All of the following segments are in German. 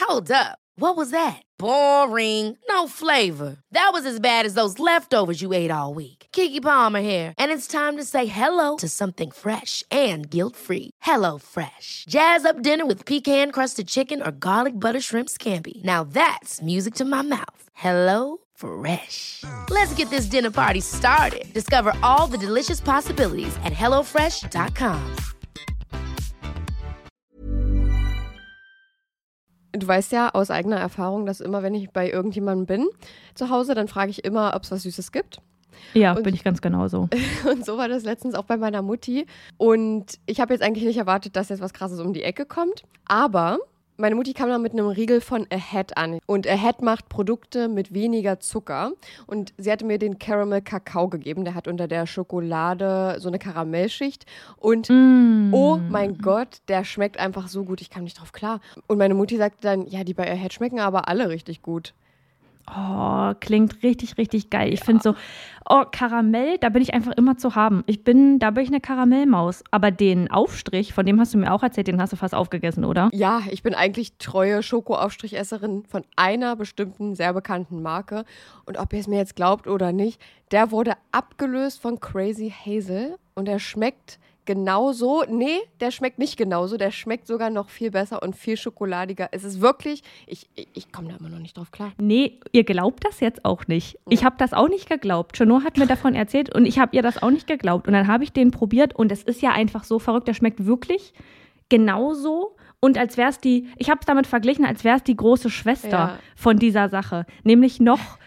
Hold up. What was that? Boring. No flavor. That was as bad as those leftovers you ate all week. Keke Palmer here. And it's time to say hello to something fresh and guilt-free. Hello Fresh. Jazz up dinner with pecan-crusted chicken or garlic butter shrimp scampi. Now that's music to my mouth. Hello Fresh. Let's get this dinner party started. Discover all the delicious possibilities at hellofresh.com. Du weißt ja aus eigener Erfahrung, dass immer, wenn ich bei irgendjemandem bin zu Hause, dann frage ich immer, ob es was Süßes gibt. Ja, bin ich ganz genauso. Und so war das letztens auch bei meiner Mutti. Und ich habe jetzt eigentlich nicht erwartet, dass jetzt was Krasses um die Ecke kommt. Aber meine Mutti kam dann mit einem Riegel von Ahead an. Und Ahead macht Produkte mit weniger Zucker. Und sie hatte mir den Caramel Kakao gegeben. Der hat unter der Schokolade so eine Karamellschicht. Und oh mein Gott, der schmeckt einfach so gut. Ich kam nicht drauf klar. Und meine Mutti sagte dann, ja, die bei Ahead schmecken aber alle richtig gut. Oh, klingt richtig, richtig geil. Ich finde so, Karamell, da bin ich einfach immer zu haben. Da bin ich eine Karamellmaus. Aber den Aufstrich, von dem hast du mir auch erzählt, den hast du fast aufgegessen, oder? Ja, ich bin eigentlich treue Schokoaufstrichesserin von einer bestimmten, sehr bekannten Marke. Und ob ihr es mir jetzt glaubt oder nicht, der wurde abgelöst von Crazy Hazel und der schmeckt genauso. Nee, der schmeckt nicht genauso. Der schmeckt sogar noch viel besser und viel schokoladiger. Es ist wirklich, ich komme da immer noch nicht drauf klar. Nee, ihr glaubt das jetzt auch nicht. Ich habe das auch nicht geglaubt. Chanot hat mir davon erzählt und ich habe ihr das auch nicht geglaubt. Und dann habe ich den probiert und es ist ja einfach so verrückt. Der schmeckt wirklich genauso. Und als wäre es ich habe es damit verglichen, als wäre es die große Schwester von dieser Sache. Nämlich noch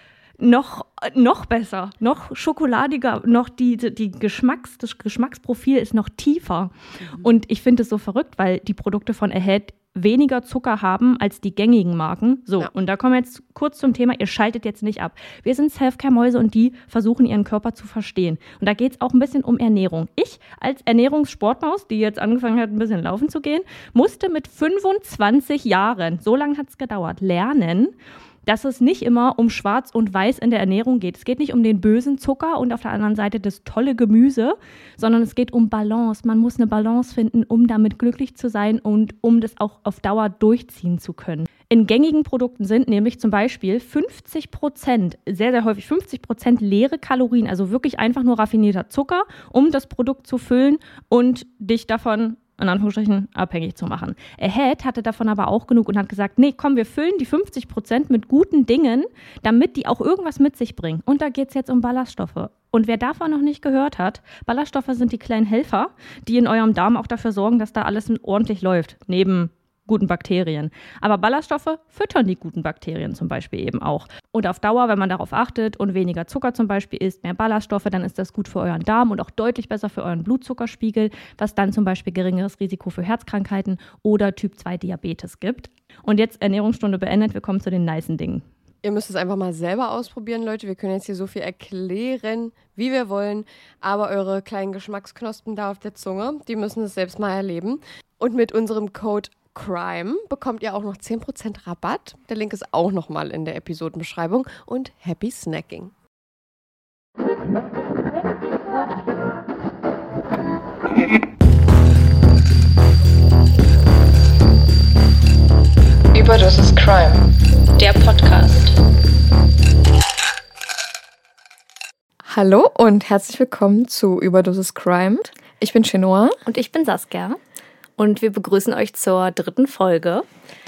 besser, noch schokoladiger, noch das Geschmacksprofil ist noch tiefer. Und ich finde es so verrückt, weil die Produkte von Ahead weniger Zucker haben als die gängigen Marken. So, Und da kommen wir jetzt kurz zum Thema, ihr schaltet jetzt nicht ab. Wir sind Selfcare-Mäuse und die versuchen, ihren Körper zu verstehen. Und da geht es auch ein bisschen um Ernährung. Ich als Ernährungssportmaus, die jetzt angefangen hat, ein bisschen laufen zu gehen, musste mit 25 Jahren, so lange hat es gedauert, lernen, dass es nicht immer um Schwarz und Weiß in der Ernährung geht. Es geht nicht um den bösen Zucker und auf der anderen Seite das tolle Gemüse, sondern es geht um Balance. Man muss eine Balance finden, um damit glücklich zu sein und um das auch auf Dauer durchziehen zu können. In gängigen Produkten sind nämlich zum Beispiel 50%, sehr, sehr häufig 50% leere Kalorien, also wirklich einfach nur raffinierter Zucker, um das Produkt zu füllen und dich davon in Anführungsstrichen abhängig zu machen. Ahead hatte davon aber auch genug und hat gesagt, nee, komm, wir füllen die 50% mit guten Dingen, damit die auch irgendwas mit sich bringen. Und da geht es jetzt um Ballaststoffe. Und wer davon noch nicht gehört hat, Ballaststoffe sind die kleinen Helfer, die in eurem Darm auch dafür sorgen, dass da alles ordentlich läuft, neben guten Bakterien. Aber Ballaststoffe füttern die guten Bakterien zum Beispiel eben auch. Und auf Dauer, wenn man darauf achtet und weniger Zucker zum Beispiel isst, mehr Ballaststoffe, dann ist das gut für euren Darm und auch deutlich besser für euren Blutzuckerspiegel, was dann zum Beispiel geringeres Risiko für Herzkrankheiten oder Typ-2-Diabetes gibt. Und jetzt Ernährungsstunde beendet, wir kommen zu den nicen Dingen. Ihr müsst es einfach mal selber ausprobieren, Leute. Wir können jetzt hier so viel erklären, wie wir wollen, aber eure kleinen Geschmacksknospen da auf der Zunge, die müssen es selbst mal erleben. Und mit unserem Code CRIME bekommt ihr auch noch 10% Rabatt. Der Link ist auch nochmal in der Episodenbeschreibung. Und happy snacking. Überdosis Crime, der Podcast. Hallo und herzlich willkommen zu Überdosis Crime. Ich bin Chanot. Und ich bin Saskia. Und wir begrüßen euch zur 3. Folge.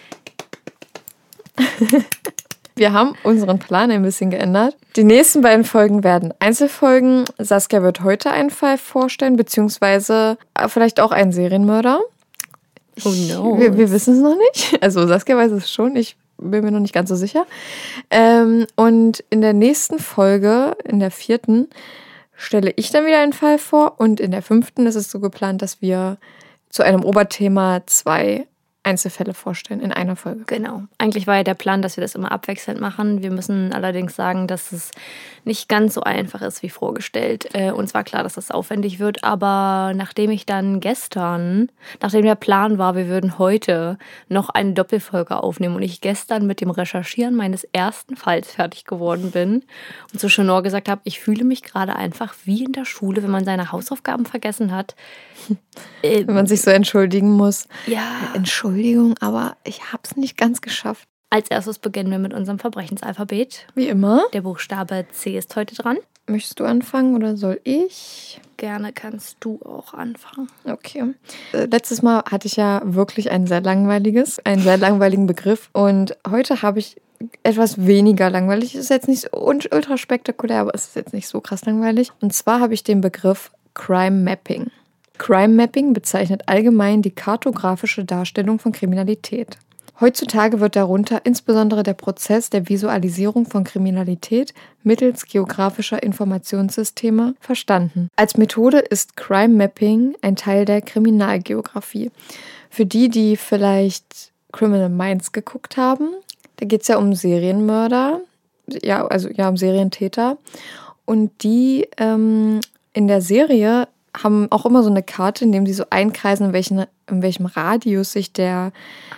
Wir haben unseren Plan ein bisschen geändert. Die nächsten beiden Folgen werden Einzelfolgen. Saskia wird heute einen Fall vorstellen, beziehungsweise vielleicht auch einen Serienmörder. Oh no. Wir wissen es noch nicht. Also Saskia weiß es schon, ich bin mir noch nicht ganz so sicher. Und in der nächsten Folge, in der 4., stelle ich dann wieder einen Fall vor. Und in der 5. ist es so geplant, dass wir zu einem Oberthema 2 Einzelfälle vorstellen in einer Folge. Genau. Eigentlich war ja der Plan, dass wir das immer abwechselnd machen. Wir müssen allerdings sagen, dass es nicht ganz so einfach ist wie vorgestellt. Uns war klar, dass das aufwendig wird, aber nachdem der Plan war, wir würden heute noch eine Doppelfolge aufnehmen und ich gestern mit dem Recherchieren meines ersten Falls fertig geworden bin und zu Chanot gesagt habe, ich fühle mich gerade einfach wie in der Schule, wenn man seine Hausaufgaben vergessen hat. Wenn man sich so entschuldigen muss. Ja. Entschuldigung. Entschuldigung, aber ich habe es nicht ganz geschafft. Als erstes beginnen wir mit unserem Verbrechensalphabet. Wie immer. Der Buchstabe C ist heute dran. Möchtest du anfangen oder soll ich? Gerne kannst du auch anfangen. Okay. Letztes Mal hatte ich ja wirklich einen sehr langweiligen Begriff. Und heute habe ich etwas weniger langweilig. Es ist jetzt nicht so ultra spektakulär, aber es ist jetzt nicht so krass langweilig. Und zwar habe ich den Begriff Crime Mapping. Crime Mapping bezeichnet allgemein die kartografische Darstellung von Kriminalität. Heutzutage wird darunter insbesondere der Prozess der Visualisierung von Kriminalität mittels geografischer Informationssysteme verstanden. Als Methode ist Crime Mapping ein Teil der Kriminalgeografie. Für die vielleicht Criminal Minds geguckt haben, da geht es ja um Serienmörder, um Serientäter. Und die in der Serie haben auch immer so eine Karte, in dem sie so einkreisen, in welchem Radius sich der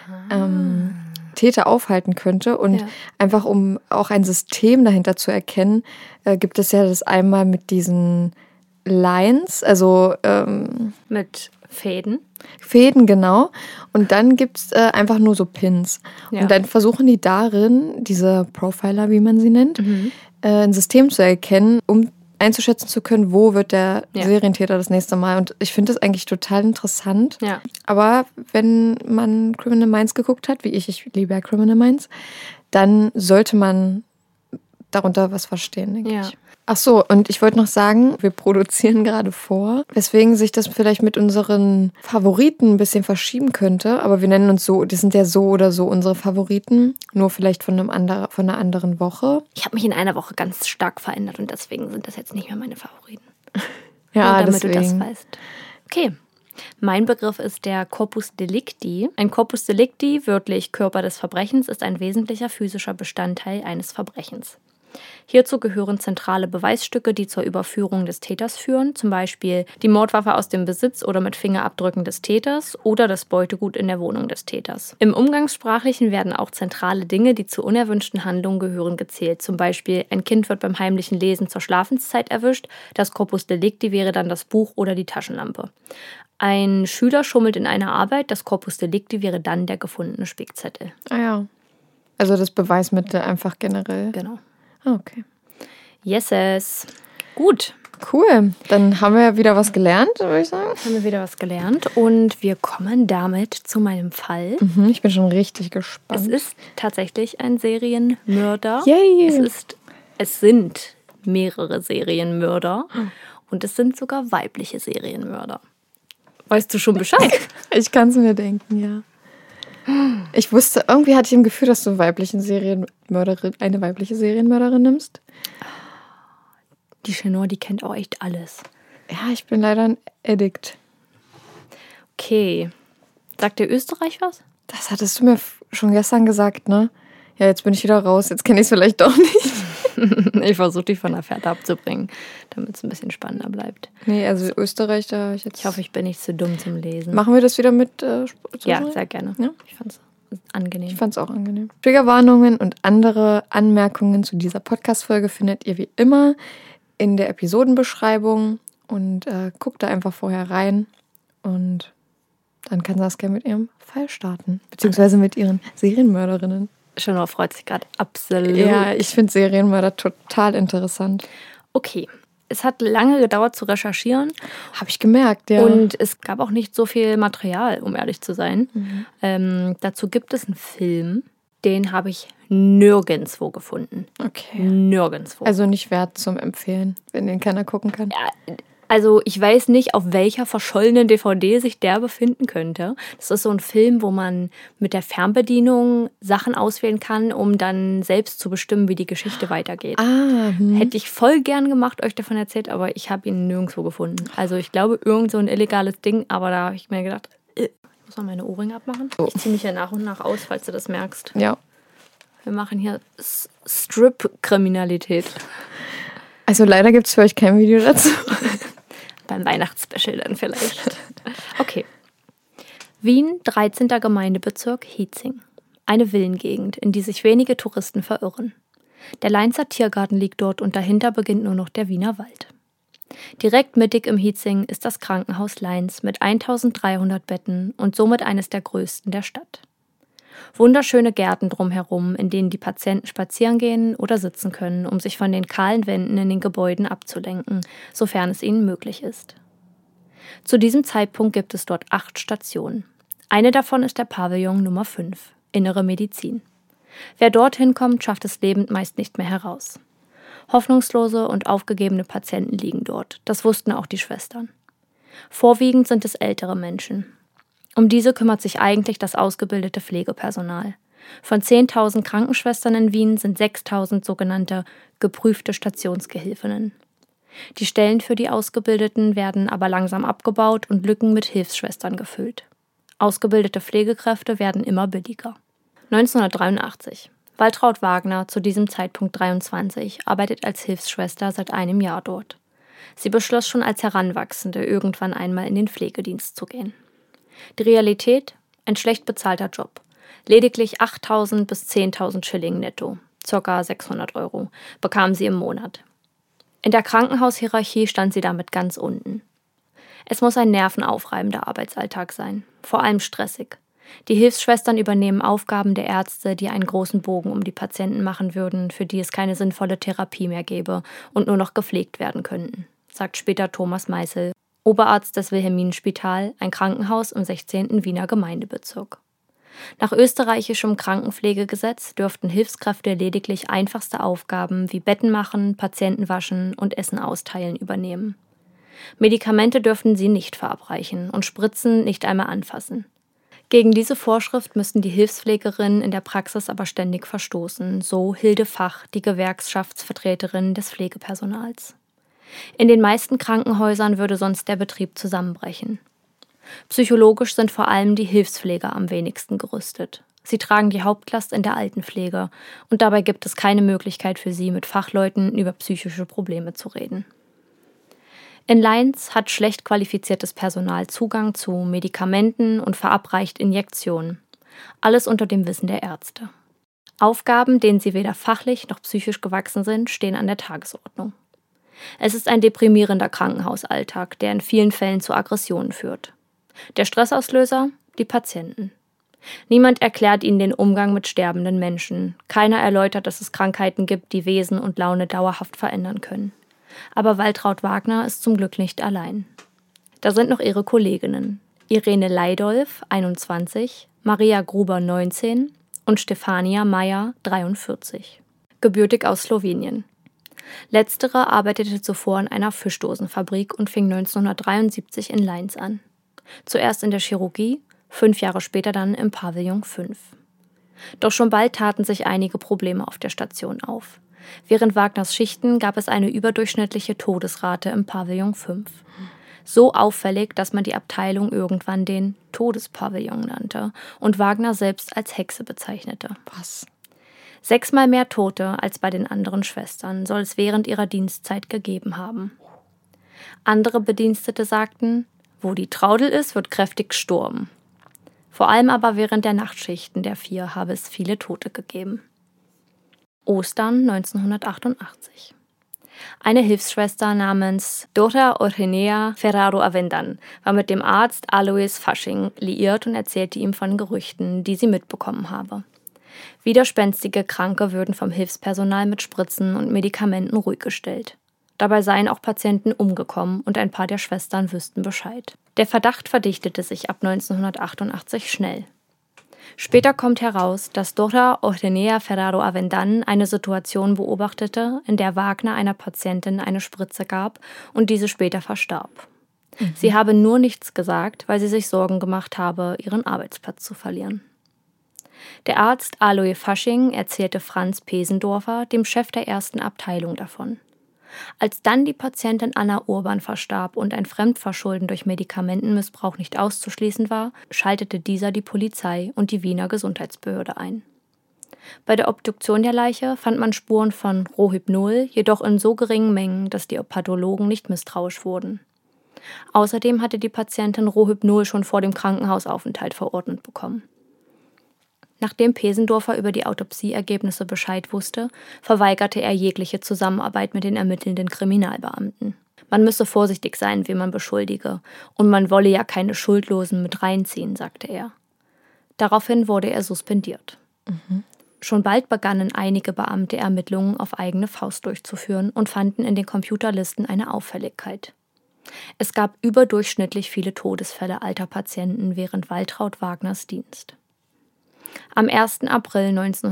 Täter aufhalten könnte. Und einfach um auch ein System dahinter zu erkennen, gibt es ja das einmal mit diesen Lines, also mit Fäden. Fäden, genau. Und dann gibt es einfach nur so Pins. Ja. Und dann versuchen die darin, diese Profiler, wie man sie nennt, ein System zu erkennen, um einzuschätzen zu können, wo wird der Serientäter das nächste Mal. Und ich finde das eigentlich total interessant. Ja. Aber wenn man Criminal Minds geguckt hat, wie ich liebe ja Criminal Minds, dann sollte man darunter was verstehen, denke ich. Ach so, und ich wollte noch sagen, wir produzieren gerade vor, weswegen sich das vielleicht mit unseren Favoriten ein bisschen verschieben könnte. Aber wir nennen uns so, das sind ja so oder so unsere Favoriten, nur vielleicht von einer anderen Woche. Ich habe mich in einer Woche ganz stark verändert und deswegen sind das jetzt nicht mehr meine Favoriten. Ja, und damit deswegen. du das weißt. Okay. Mein Begriff ist der Corpus Delicti. Ein Corpus Delicti, wörtlich Körper des Verbrechens, ist ein wesentlicher physischer Bestandteil eines Verbrechens. Hierzu gehören zentrale Beweisstücke, die zur Überführung des Täters führen, zum Beispiel die Mordwaffe aus dem Besitz oder mit Fingerabdrücken des Täters oder das Beutegut in der Wohnung des Täters. Im Umgangssprachlichen werden auch zentrale Dinge, die zu unerwünschten Handlungen gehören, gezählt. Zum Beispiel, ein Kind wird beim heimlichen Lesen zur Schlafenszeit erwischt, das Corpus Delicti wäre dann das Buch oder die Taschenlampe. Ein Schüler schummelt in einer Arbeit, das Corpus Delicti wäre dann der gefundene Spickzettel. Ah ja, also das Beweismittel einfach generell. Genau. Okay. Yeses. Gut. Cool. Dann haben wir ja wieder was gelernt, würde ich sagen. Haben wir wieder was gelernt und wir kommen damit zu meinem Fall. Ich bin schon richtig gespannt. Es ist tatsächlich ein Serienmörder. Yay. Es sind mehrere Serienmörder und es sind sogar weibliche Serienmörder. Weißt du schon Bescheid? Ich kann es mir denken, ja. Ich wusste, irgendwie hatte ich im Gefühl, dass du eine weibliche Serienmörderin nimmst. Die Chenor, die kennt auch echt alles. Ja, ich bin leider ein Addict. Okay. Sagt dir Österreich was? Das hattest du mir schon gestern gesagt, ne? Ja, jetzt bin ich wieder raus. Jetzt kenne ich es vielleicht doch nicht. Ich versuche dich von der Fährte abzubringen, damit es ein bisschen spannender bleibt. Nee, also Österreich, da habe ich jetzt... Ich hoffe, ich bin nicht zu dumm zum Lesen. Machen wir das wieder mit... Ja, sehr gerne. Ja? Ich fand es angenehm. Ich fand es auch angenehm. Triggerwarnungen und andere Anmerkungen zu dieser Podcast-Folge findet ihr wie immer in der Episodenbeschreibung und guckt da einfach vorher rein und dann kann Saskia mit ihrem Fall starten. Beziehungsweise mit ihren Serienmörderinnen. Chenor freut sich gerade absolut. Ja, ich finde Serienmörder total interessant. Okay. Es hat lange gedauert zu recherchieren. Habe ich gemerkt, ja. Und es gab auch nicht so viel Material, um ehrlich zu sein. Dazu gibt es einen Film, den habe ich nirgendwo gefunden. Okay. Nirgendwo. Also nicht wert zum Empfehlen, wenn den keiner gucken kann. Ja, also ich weiß nicht, auf welcher verschollenen DVD sich der befinden könnte. Das ist so ein Film, wo man mit der Fernbedienung Sachen auswählen kann, um dann selbst zu bestimmen, wie die Geschichte weitergeht. Hätte ich voll gern gemacht, euch davon erzählt, aber ich habe ihn nirgendwo gefunden. Also ich glaube, irgend so ein illegales Ding, aber da habe ich mir gedacht, ich muss mal meine Ohrringe abmachen. Ich ziehe mich ja nach und nach aus, falls du das merkst. Ja. Wir machen hier Strip-Kriminalität. Also leider gibt es für euch kein Video dazu. Beim Weihnachtsspecial dann vielleicht. Okay. Wien, 13. Gemeindebezirk Hietzing. Eine Villengegend, in die sich wenige Touristen verirren. Der Leinzer Tiergarten liegt dort und dahinter beginnt nur noch der Wiener Wald. Direkt mittig im Hietzing ist das Krankenhaus Leins mit 1300 Betten und somit eines der größten der Stadt. Wunderschöne Gärten drumherum, in denen die Patienten spazieren gehen oder sitzen können, um sich von den kahlen Wänden in den Gebäuden abzulenken, sofern es ihnen möglich ist. Zu diesem Zeitpunkt gibt es dort 8 Stationen. Eine davon ist der Pavillon Nummer 5, Innere Medizin. Wer dorthin kommt, schafft es lebend meist nicht mehr heraus. Hoffnungslose und aufgegebene Patienten liegen dort. Das wussten auch die Schwestern. Vorwiegend sind es ältere Menschen. Um diese kümmert sich eigentlich das ausgebildete Pflegepersonal. Von 10.000 Krankenschwestern in Wien sind 6.000 sogenannte geprüfte Stationsgehilfinnen. Die Stellen für die Ausgebildeten werden aber langsam abgebaut und Lücken mit Hilfsschwestern gefüllt. Ausgebildete Pflegekräfte werden immer billiger. 1983. Waltraud Wagner, zu diesem Zeitpunkt 23, arbeitet als Hilfsschwester seit einem Jahr dort. Sie beschloss schon als Heranwachsende, irgendwann einmal in den Pflegedienst zu gehen. Die Realität? Ein schlecht bezahlter Job. Lediglich 8.000 bis 10.000 Schilling netto, ca. 600 €, bekam sie im Monat. In der Krankenhaushierarchie stand sie damit ganz unten. Es muss ein nervenaufreibender Arbeitsalltag sein, vor allem stressig. Die Hilfsschwestern übernehmen Aufgaben der Ärzte, die einen großen Bogen um die Patienten machen würden, für die es keine sinnvolle Therapie mehr gäbe und nur noch gepflegt werden könnten, sagt später Thomas Meißel, Oberarzt des Wilhelminenspital, ein Krankenhaus im 16. Wiener Gemeindebezirk. Nach österreichischem Krankenpflegegesetz dürften Hilfskräfte lediglich einfachste Aufgaben wie Betten machen, Patienten waschen und Essen austeilen übernehmen. Medikamente dürften sie nicht verabreichen und Spritzen nicht einmal anfassen. Gegen diese Vorschrift müssten die Hilfspflegerinnen in der Praxis aber ständig verstoßen, so Hilde Fach, die Gewerkschaftsvertreterin des Pflegepersonals. In den meisten Krankenhäusern würde sonst der Betrieb zusammenbrechen. Psychologisch sind vor allem die Hilfspfleger am wenigsten gerüstet. Sie tragen die Hauptlast in der Altenpflege und dabei gibt es keine Möglichkeit für sie, mit Fachleuten über psychische Probleme zu reden. In Leins hat schlecht qualifiziertes Personal Zugang zu Medikamenten und verabreicht Injektionen. Alles unter dem Wissen der Ärzte. Aufgaben, denen sie weder fachlich noch psychisch gewachsen sind, stehen an der Tagesordnung. Es ist ein deprimierender Krankenhausalltag, der in vielen Fällen zu Aggressionen führt. Der Stressauslöser? Die Patienten. Niemand erklärt ihnen den Umgang mit sterbenden Menschen. Keiner erläutert, dass es Krankheiten gibt, die Wesen und Laune dauerhaft verändern können. Aber Waltraud Wagner ist zum Glück nicht allein. Da sind noch ihre Kolleginnen. Irene Leidolf, 21, Maria Gruber, 19 und Stefania Meyer, 43. Gebürtig aus Slowenien. Letztere arbeitete zuvor in einer Fischdosenfabrik und fing 1973 in Leins an. Zuerst in der Chirurgie, 5 Jahre später dann im Pavillon 5. Doch schon bald taten sich einige Probleme auf der Station auf. Während Wagners Schichten gab es eine überdurchschnittliche Todesrate im Pavillon 5. So auffällig, dass man die Abteilung irgendwann den Todespavillon nannte und Wagner selbst als Hexe bezeichnete. Was? 6-mal mehr Tote als bei den anderen Schwestern soll es während ihrer Dienstzeit gegeben haben. Andere Bedienstete sagten, wo die Traudel ist, wird kräftig gestorben. Vor allem aber während der Nachtschichten der 4 habe es viele Tote gegeben. Ostern 1988. Eine Hilfsschwester namens Dora Eugenea Ferraro Avendan war mit dem Arzt Alois Fasching liiert und erzählte ihm von Gerüchten, die sie mitbekommen habe. Widerspenstige Kranke würden vom Hilfspersonal mit Spritzen und Medikamenten ruhig gestellt. Dabei seien auch Patienten umgekommen und ein paar der Schwestern wüssten Bescheid. Der Verdacht verdichtete sich ab 1988 schnell. Später kommt heraus, dass Dora Eugenea Ferraro Avendan eine Situation beobachtete, in der Wagner einer Patientin eine Spritze gab und diese später verstarb. Sie habe nur nichts gesagt, weil sie sich Sorgen gemacht habe, ihren Arbeitsplatz zu verlieren. Der Arzt Alois Fasching erzählte Franz Pesendorfer, dem Chef der 1. Abteilung, davon. Als dann die Patientin Anna Urban verstarb und ein Fremdverschulden durch Medikamentenmissbrauch nicht auszuschließen war, schaltete dieser die Polizei und die Wiener Gesundheitsbehörde ein. Bei der Obduktion der Leiche fand man Spuren von Rohypnol, jedoch in so geringen Mengen, dass die Pathologen nicht misstrauisch wurden. Außerdem hatte die Patientin Rohypnol schon vor dem Krankenhausaufenthalt verordnet bekommen. Nachdem Pesendorfer über die Autopsieergebnisse Bescheid wusste, verweigerte er jegliche Zusammenarbeit mit den ermittelnden Kriminalbeamten. Man müsse vorsichtig sein, wen man beschuldige, und man wolle ja keine Schuldlosen mit reinziehen, sagte er. Daraufhin wurde er suspendiert. Schon bald begannen einige Beamte Ermittlungen auf eigene Faust durchzuführen und fanden in den Computerlisten eine Auffälligkeit. Es gab überdurchschnittlich viele Todesfälle alter Patienten während Waltraud Wagners Dienst. Am 1. April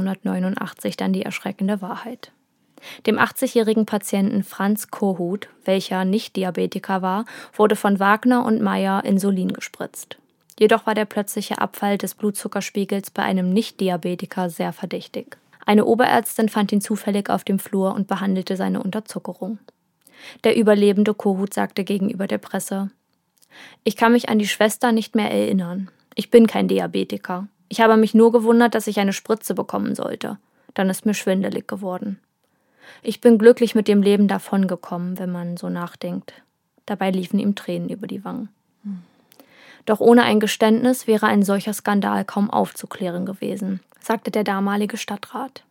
1989 dann die erschreckende Wahrheit. Dem 80-jährigen Patienten Franz Kohut, welcher nicht Diabetiker war, wurde von Wagner und Meyer Insulin gespritzt. Jedoch war der plötzliche Abfall des Blutzuckerspiegels bei einem Nicht-Diabetiker sehr verdächtig. Eine Oberärztin fand ihn zufällig auf dem Flur und behandelte seine Unterzuckerung. Der überlebende Kohut sagte gegenüber der Presse: Ich kann mich an die Schwester nicht mehr erinnern. Ich bin kein Diabetiker. Ich habe mich nur gewundert, dass ich eine Spritze bekommen sollte. Dann ist mir schwindelig geworden. Ich bin glücklich mit dem Leben davongekommen, wenn man so nachdenkt. Dabei liefen ihm Tränen über die Wangen. Doch ohne ein Geständnis wäre ein solcher Skandal kaum aufzuklären gewesen, sagte der damalige Stadtrat.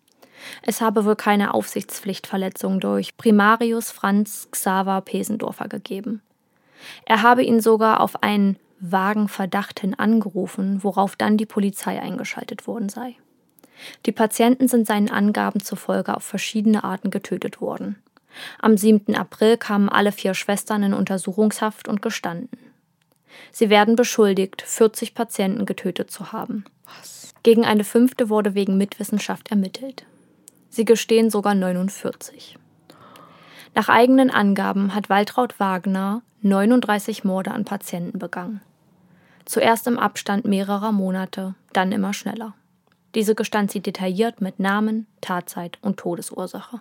Es habe wohl keine Aufsichtspflichtverletzung durch Primarius Franz Xaver Pesendorfer gegeben. Er habe ihn sogar auf einen vagen Verdacht hin angerufen, worauf dann die Polizei eingeschaltet worden sei. Die Patienten sind seinen Angaben zufolge auf verschiedene Arten getötet worden. Am 7. April kamen alle 4 Schwestern in Untersuchungshaft und gestanden. Sie werden beschuldigt, 40 Patienten getötet zu haben. Gegen eine 5. wurde wegen Mitwissenschaft ermittelt. Sie gestehen sogar 49. Nach eigenen Angaben hat Waltraud Wagner 39 Morde an Patienten begangen. Zuerst im Abstand mehrerer Monate, dann immer schneller. Diese gestand sie detailliert mit Namen, Tatzeit und Todesursache.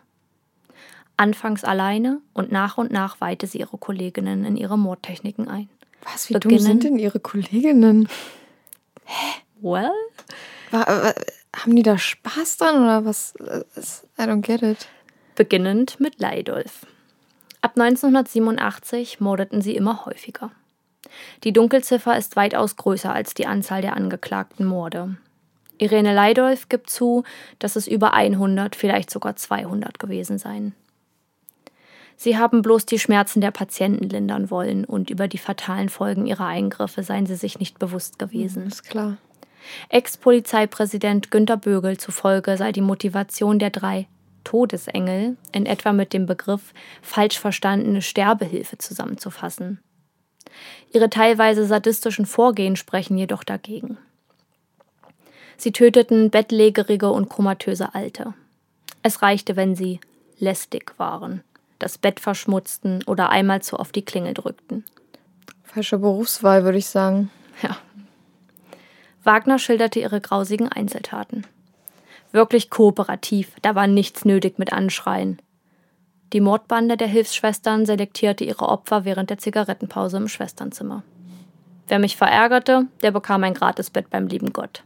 Anfangs alleine und nach weihte sie ihre Kolleginnen in ihre Mordtechniken ein. Was, wie dumm sind denn ihre Kolleginnen? Well? Haben die da Spaß dran oder was? I don't get it. Beginnend mit Leidolf. Ab 1987 mordeten sie immer häufiger. Die Dunkelziffer ist weitaus größer als die Anzahl der angeklagten Morde. Irene Leidolf gibt zu, dass es über 100, vielleicht sogar 200 gewesen seien. Sie haben bloß die Schmerzen der Patienten lindern wollen und über die fatalen Folgen ihrer Eingriffe seien sie sich nicht bewusst gewesen. Ist klar. Ex-Polizeipräsident Günter Bögel zufolge sei die Motivation der 3 Todesengel in etwa mit dem Begriff falsch verstandene Sterbehilfe zusammenzufassen. Ihre teilweise sadistischen Vorgehen sprechen jedoch dagegen. Sie töteten bettlägerige und komatöse Alte. Es reichte, wenn sie lästig waren, das Bett verschmutzten oder einmal zu oft die Klingel drückten. Falsche Berufswahl, würde ich sagen. Ja. Wagner schilderte ihre grausigen Einzeltaten. Wirklich kooperativ, da war nichts nötig mit Anschreien. Die Mordbande der Hilfsschwestern selektierte ihre Opfer während der Zigarettenpause im Schwesternzimmer. Wer mich verärgerte, der bekam ein Gratisbett beim lieben Gott.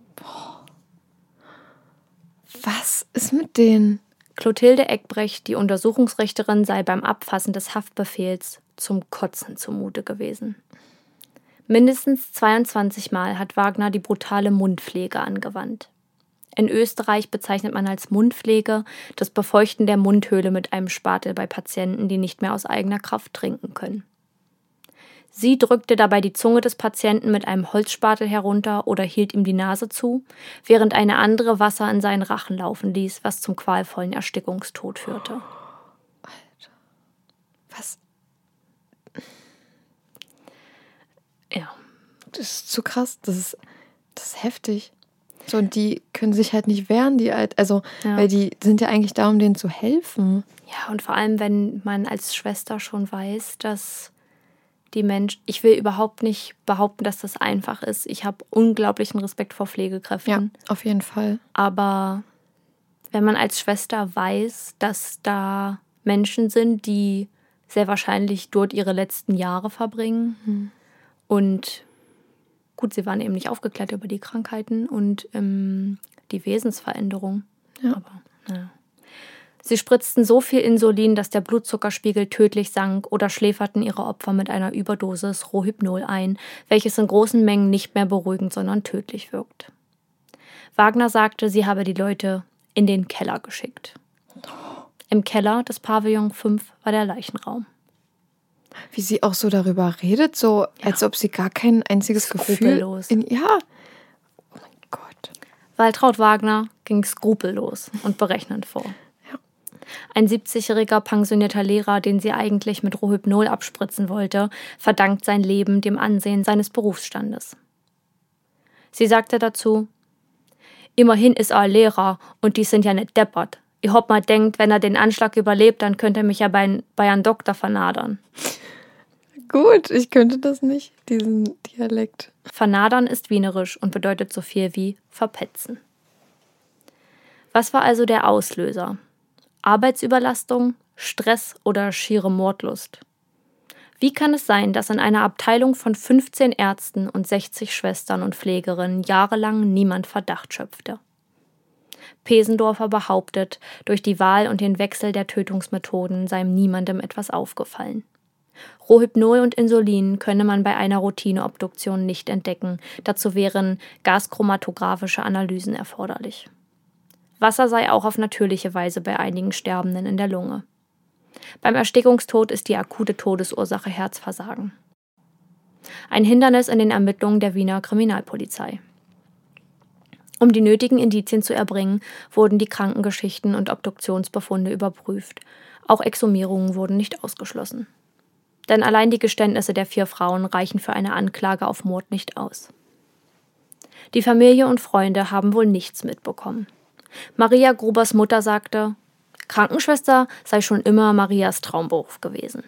Was ist mit denen? Clotilde Eckbrecht, die Untersuchungsrichterin, sei beim Abfassen des Haftbefehls zum Kotzen zumute gewesen. Mindestens 22 Mal hat Wagner die brutale Mundpflege angewandt. In Österreich bezeichnet man als Mundpflege das Befeuchten der Mundhöhle mit einem Spatel bei Patienten, die nicht mehr aus eigener Kraft trinken können. Sie drückte dabei die Zunge des Patienten mit einem Holzspatel herunter oder hielt ihm die Nase zu, während eine andere Wasser in seinen Rachen laufen ließ, was zum qualvollen Erstickungstod führte. Alter. Was? Ja. Das ist zu krass. Das ist heftig. So, und die können sich halt nicht wehren, weil die sind ja eigentlich da, um denen zu helfen. Ja, und vor allem, wenn man als Schwester schon weiß, dass die Menschen, ich will überhaupt nicht behaupten, dass das einfach ist. Ich habe unglaublichen Respekt vor Pflegekräften. Ja, auf jeden Fall. Aber wenn man als Schwester weiß, dass da Menschen sind, die sehr wahrscheinlich dort ihre letzten Jahre verbringen und gut, sie waren eben nicht aufgeklärt über die Krankheiten und die Wesensveränderung. Ja. Aber, naja. Sie spritzten so viel Insulin, dass der Blutzuckerspiegel tödlich sank oder schläferten ihre Opfer mit einer Überdosis Rohypnol ein, welches in großen Mengen nicht mehr beruhigend, sondern tödlich wirkt. Wagner sagte, sie habe die Leute in den Keller geschickt. Im Keller des Pavillon 5 war der Leichenraum. Wie sie auch so darüber redet, so als ob sie gar kein einziges Gefühl... Skrupellos. Ja. Oh mein Gott. Waltraud Wagner ging skrupellos und berechnend vor. Ein 70-jähriger pensionierter Lehrer, den sie eigentlich mit Rohypnol abspritzen wollte, verdankt sein Leben dem Ansehen seines Berufsstandes. Sie sagte dazu: Immerhin ist er ein Lehrer und die sind ja nicht deppert. Ich hab mal denkt, wenn er den Anschlag überlebt, dann könnte er mich ja bei einem Doktor vernadern. Gut, ich könnte das nicht, diesen Dialekt. Vernadern ist wienerisch und bedeutet so viel wie verpetzen. Was war also der Auslöser? Arbeitsüberlastung, Stress oder schiere Mordlust? Wie kann es sein, dass in einer Abteilung von 15 Ärzten und 60 Schwestern und Pflegerinnen jahrelang niemand Verdacht schöpfte? Pesendorfer behauptet, durch die Wahl und den Wechsel der Tötungsmethoden sei niemandem etwas aufgefallen. Rohypnol und Insulin könne man bei einer Routineobduktion nicht entdecken, dazu wären gaschromatographische Analysen erforderlich. Wasser sei auch auf natürliche Weise bei einigen Sterbenden in der Lunge. Beim Erstickungstod ist die akute Todesursache Herzversagen. Ein Hindernis in den Ermittlungen der Wiener Kriminalpolizei. Um die nötigen Indizien zu erbringen, wurden die Krankengeschichten und Obduktionsbefunde überprüft. Auch Exhumierungen wurden nicht ausgeschlossen. Denn allein die Geständnisse der 4 Frauen reichen für eine Anklage auf Mord nicht aus. Die Familie und Freunde haben wohl nichts mitbekommen. Maria Grubers Mutter sagte, Krankenschwester sei schon immer Marias Traumberuf gewesen.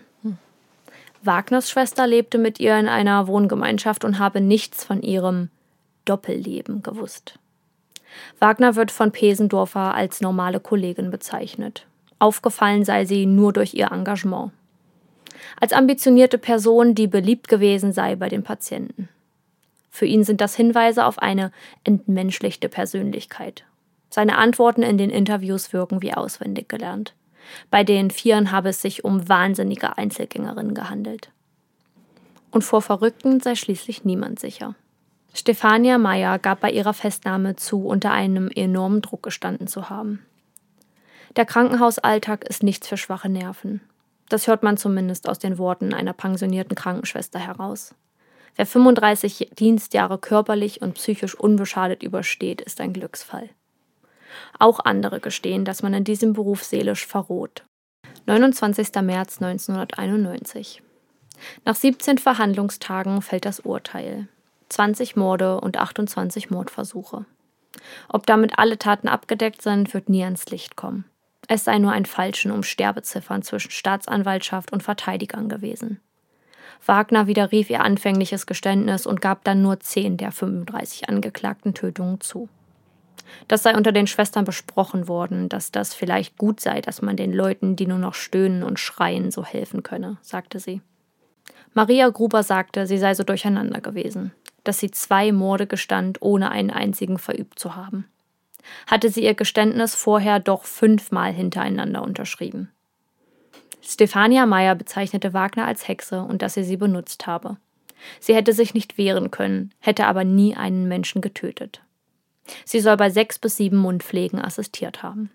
Wagners Schwester lebte mit ihr in einer Wohngemeinschaft und habe nichts von ihrem Doppelleben gewusst. Wagner wird von Pesendorfer als normale Kollegin bezeichnet. Aufgefallen sei sie nur durch ihr Engagement. Als ambitionierte Person, die beliebt gewesen sei bei den Patienten. Für ihn sind das Hinweise auf eine entmenschlichte Persönlichkeit. Seine Antworten in den Interviews wirken wie auswendig gelernt. Bei den 4 habe es sich um wahnsinnige Einzelgängerinnen gehandelt. Und vor Verrückten sei schließlich niemand sicher. Stefania Meyer gab bei ihrer Festnahme zu, unter einem enormen Druck gestanden zu haben. Der Krankenhausalltag ist nichts für schwache Nerven. Das hört man zumindest aus den Worten einer pensionierten Krankenschwester heraus. Wer 35 Dienstjahre körperlich und psychisch unbeschadet übersteht, ist ein Glücksfall. Auch andere gestehen, dass man in diesem Beruf seelisch verroht. 29. März 1991. Nach 17 Verhandlungstagen fällt das Urteil. 20 Morde und 28 Mordversuche. Ob damit alle Taten abgedeckt sind, wird nie ans Licht kommen. Es sei nur ein Feilschen um Sterbeziffern zwischen Staatsanwaltschaft und Verteidigern gewesen. Wagner widerrief ihr anfängliches Geständnis und gab dann nur 10 der 35 angeklagten Tötungen zu. Das sei unter den Schwestern besprochen worden, dass das vielleicht gut sei, dass man den Leuten, die nur noch stöhnen und schreien, so helfen könne, sagte sie. Maria Gruber sagte, sie sei so durcheinander gewesen, dass sie 2 Morde gestand, ohne einen einzigen verübt zu haben. Hatte sie ihr Geständnis vorher doch 5-mal hintereinander unterschrieben. Stefania Meyer bezeichnete Wagner als Hexe und dass sie benutzt habe. Sie hätte sich nicht wehren können, hätte aber nie einen Menschen getötet. Sie soll bei 6 bis 7 Mundpflegen assistiert haben.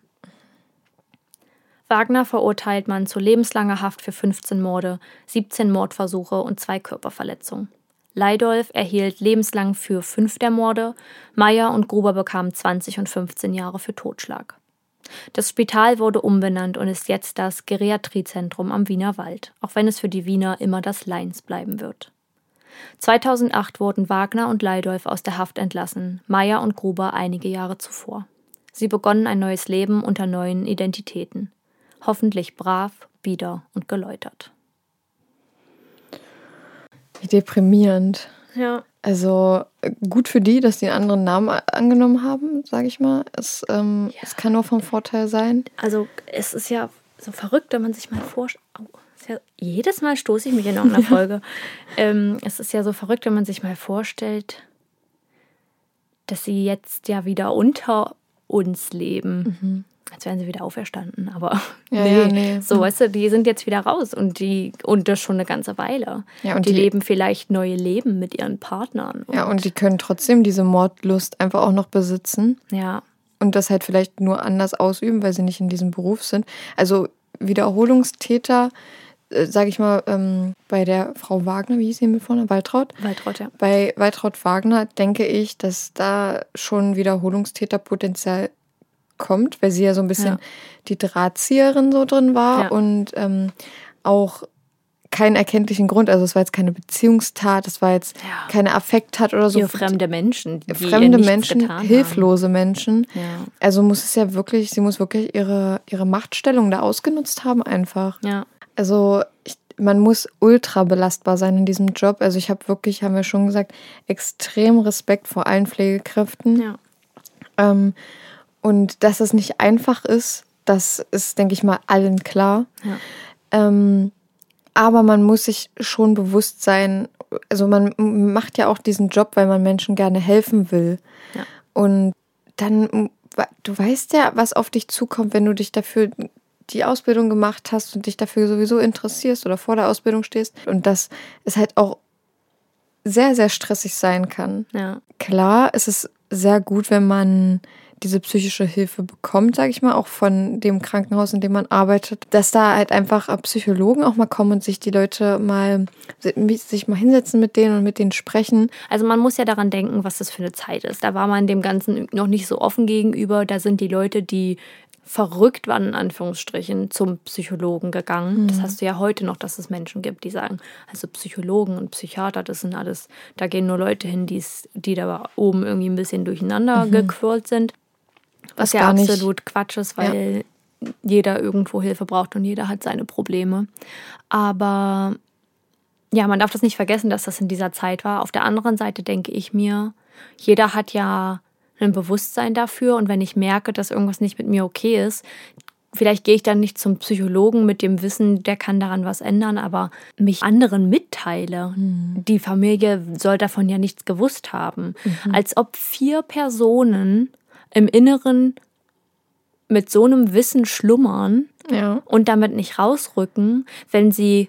Wagner verurteilt man zu lebenslanger Haft für 15 Morde, 17 Mordversuche und 2 Körperverletzungen. Leidolf erhielt lebenslang für 5 der Morde, Meyer und Gruber bekamen 20 und 15 Jahre für Totschlag. Das Spital wurde umbenannt und ist jetzt das Geriatriezentrum am Wiener Wald, auch wenn es für die Wiener immer das Leins bleiben wird. 2008 wurden Wagner und Leidolf aus der Haft entlassen, Meyer und Gruber einige Jahre zuvor. Sie begonnen ein neues Leben unter neuen Identitäten. Hoffentlich brav, bieder und geläutert. Wie deprimierend. Ja. Also gut für die, dass die einen anderen Namen angenommen haben, sage ich mal. Es kann nur vom Vorteil sein. Also es ist ja so verrückt, wenn man sich mal vorstellt. Ja, jedes Mal stoße ich mich in irgendeiner Folge. Es ist ja so verrückt, wenn man sich mal vorstellt, dass sie jetzt ja wieder unter uns leben. Als wären sie wieder auferstanden, aber nee. So, weißt du, die sind jetzt wieder raus und das schon eine ganze Weile. Ja, und die leben vielleicht neue Leben mit ihren Partnern. Und die können trotzdem diese Mordlust einfach auch noch besitzen. Ja. Und das halt vielleicht nur anders ausüben, weil sie nicht in diesem Beruf sind. Also Wiederholungstäter, sage ich mal, bei der Frau Wagner, wie hieß sie mit vorne? Waltraud? Waltraud, ja. Bei Waltraud Wagner denke ich, dass da schon Wiederholungstäterpotenzial kommt, weil sie ja so ein bisschen die Drahtzieherin so drin war und auch keinen erkenntlichen Grund, also es war jetzt keine Beziehungstat, es war jetzt keine Affekttat oder so. Für fremde Menschen, die fremde ihr Menschen, getan hilflose Menschen. Ja. Also sie muss wirklich ihre Machtstellung da ausgenutzt haben einfach. Ja. Also man muss ultra belastbar sein in diesem Job. Also ich habe wirklich, haben wir schon gesagt, extrem Respekt vor allen Pflegekräften. Ja. Und dass es nicht einfach ist, das ist, denke ich mal, allen klar. Ja. Aber man muss sich schon bewusst sein, also man macht ja auch diesen Job, weil man Menschen gerne helfen will. Ja. Und dann, du weißt ja, was auf dich zukommt, wenn du dich dafür die Ausbildung gemacht hast und dich dafür sowieso interessierst oder vor der Ausbildung stehst. Und dass es halt auch sehr, sehr stressig sein kann. Ja. Klar, es ist sehr gut, wenn man diese psychische Hilfe bekommt, sage ich mal, auch von dem Krankenhaus, in dem man arbeitet, dass da halt einfach Psychologen auch mal kommen und sich die Leute sich mal hinsetzen mit denen und mit denen sprechen. Also man muss ja daran denken, was das für eine Zeit ist. Da war man dem Ganzen noch nicht so offen gegenüber. Da sind die Leute, die verrückt waren, in Anführungsstrichen, zum Psychologen gegangen. Das hast du ja heute noch, dass es Menschen gibt, die sagen, also Psychologen und Psychiater, das sind alles, da gehen nur Leute hin, die da oben irgendwie ein bisschen durcheinander gequirlt sind. Was ja absolut Quatsch ist, weil jeder irgendwo Hilfe braucht und jeder hat seine Probleme. Aber ja, man darf das nicht vergessen, dass das in dieser Zeit war. Auf der anderen Seite denke ich mir, jeder hat ja ein Bewusstsein dafür und wenn ich merke, dass irgendwas nicht mit mir okay ist, vielleicht gehe ich dann nicht zum Psychologen mit dem Wissen, der kann daran was ändern, aber mich anderen mitteile. Die Familie soll davon ja nichts gewusst haben. Als ob 4 Personen im Inneren mit so einem Wissen schlummern und damit nicht rausrücken, wenn sie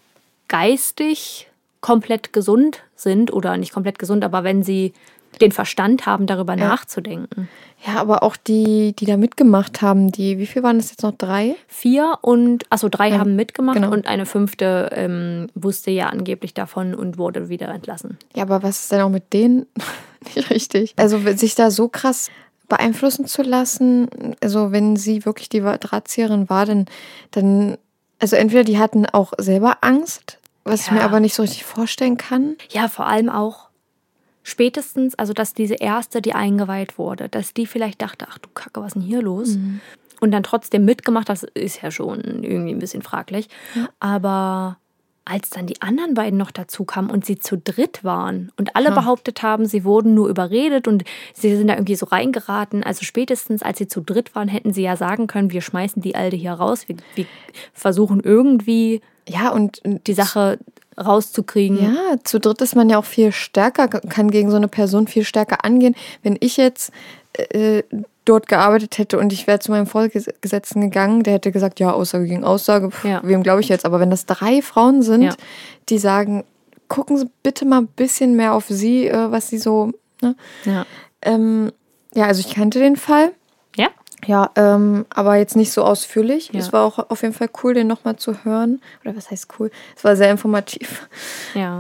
geistig komplett gesund sind oder nicht komplett gesund, aber wenn sie den Verstand haben, darüber nachzudenken. Ja, aber auch die da mitgemacht haben, wie viel waren das jetzt noch? 3? 4 und, 3 haben mitgemacht genau. Und eine 5. Wusste ja angeblich davon und wurde wieder entlassen. Ja, aber was ist denn auch mit denen nicht richtig? Also sich da so krass beeinflussen zu lassen, also wenn sie wirklich die Drahtzieherin war, dann also entweder die hatten auch selber Angst, was ich mir aber nicht so richtig vorstellen kann. Ja, vor allem auch spätestens, also dass diese Erste, die eingeweiht wurde, dass die vielleicht dachte, ach du Kacke, was ist denn hier los? Und dann trotzdem mitgemacht, das ist ja schon irgendwie ein bisschen fraglich. Ja. Aber als dann die anderen beiden noch dazu kamen und sie zu dritt waren und alle behauptet haben, sie wurden nur überredet und sie sind da irgendwie so reingeraten. Also spätestens, als sie zu dritt waren, hätten sie ja sagen können, wir schmeißen die Alte hier raus. Wir versuchen irgendwie und die Sache rauszukriegen. Ja, zu dritt ist man ja auch viel stärker, kann gegen so eine Person viel stärker angehen. Wenn ich jetzt dort gearbeitet hätte und ich wäre zu meinem Vorgesetzten gegangen, der hätte gesagt, ja, Aussage gegen Aussage, wem glaube ich jetzt? Aber wenn das 3 Frauen sind, die sagen, gucken Sie bitte mal ein bisschen mehr auf sie, was sie so, ne? Ja. Also ich kannte den Fall. Ja? Ja, aber jetzt nicht so ausführlich. Es war auch auf jeden Fall cool, den nochmal zu hören. Oder was heißt cool? Es war sehr informativ. Ja.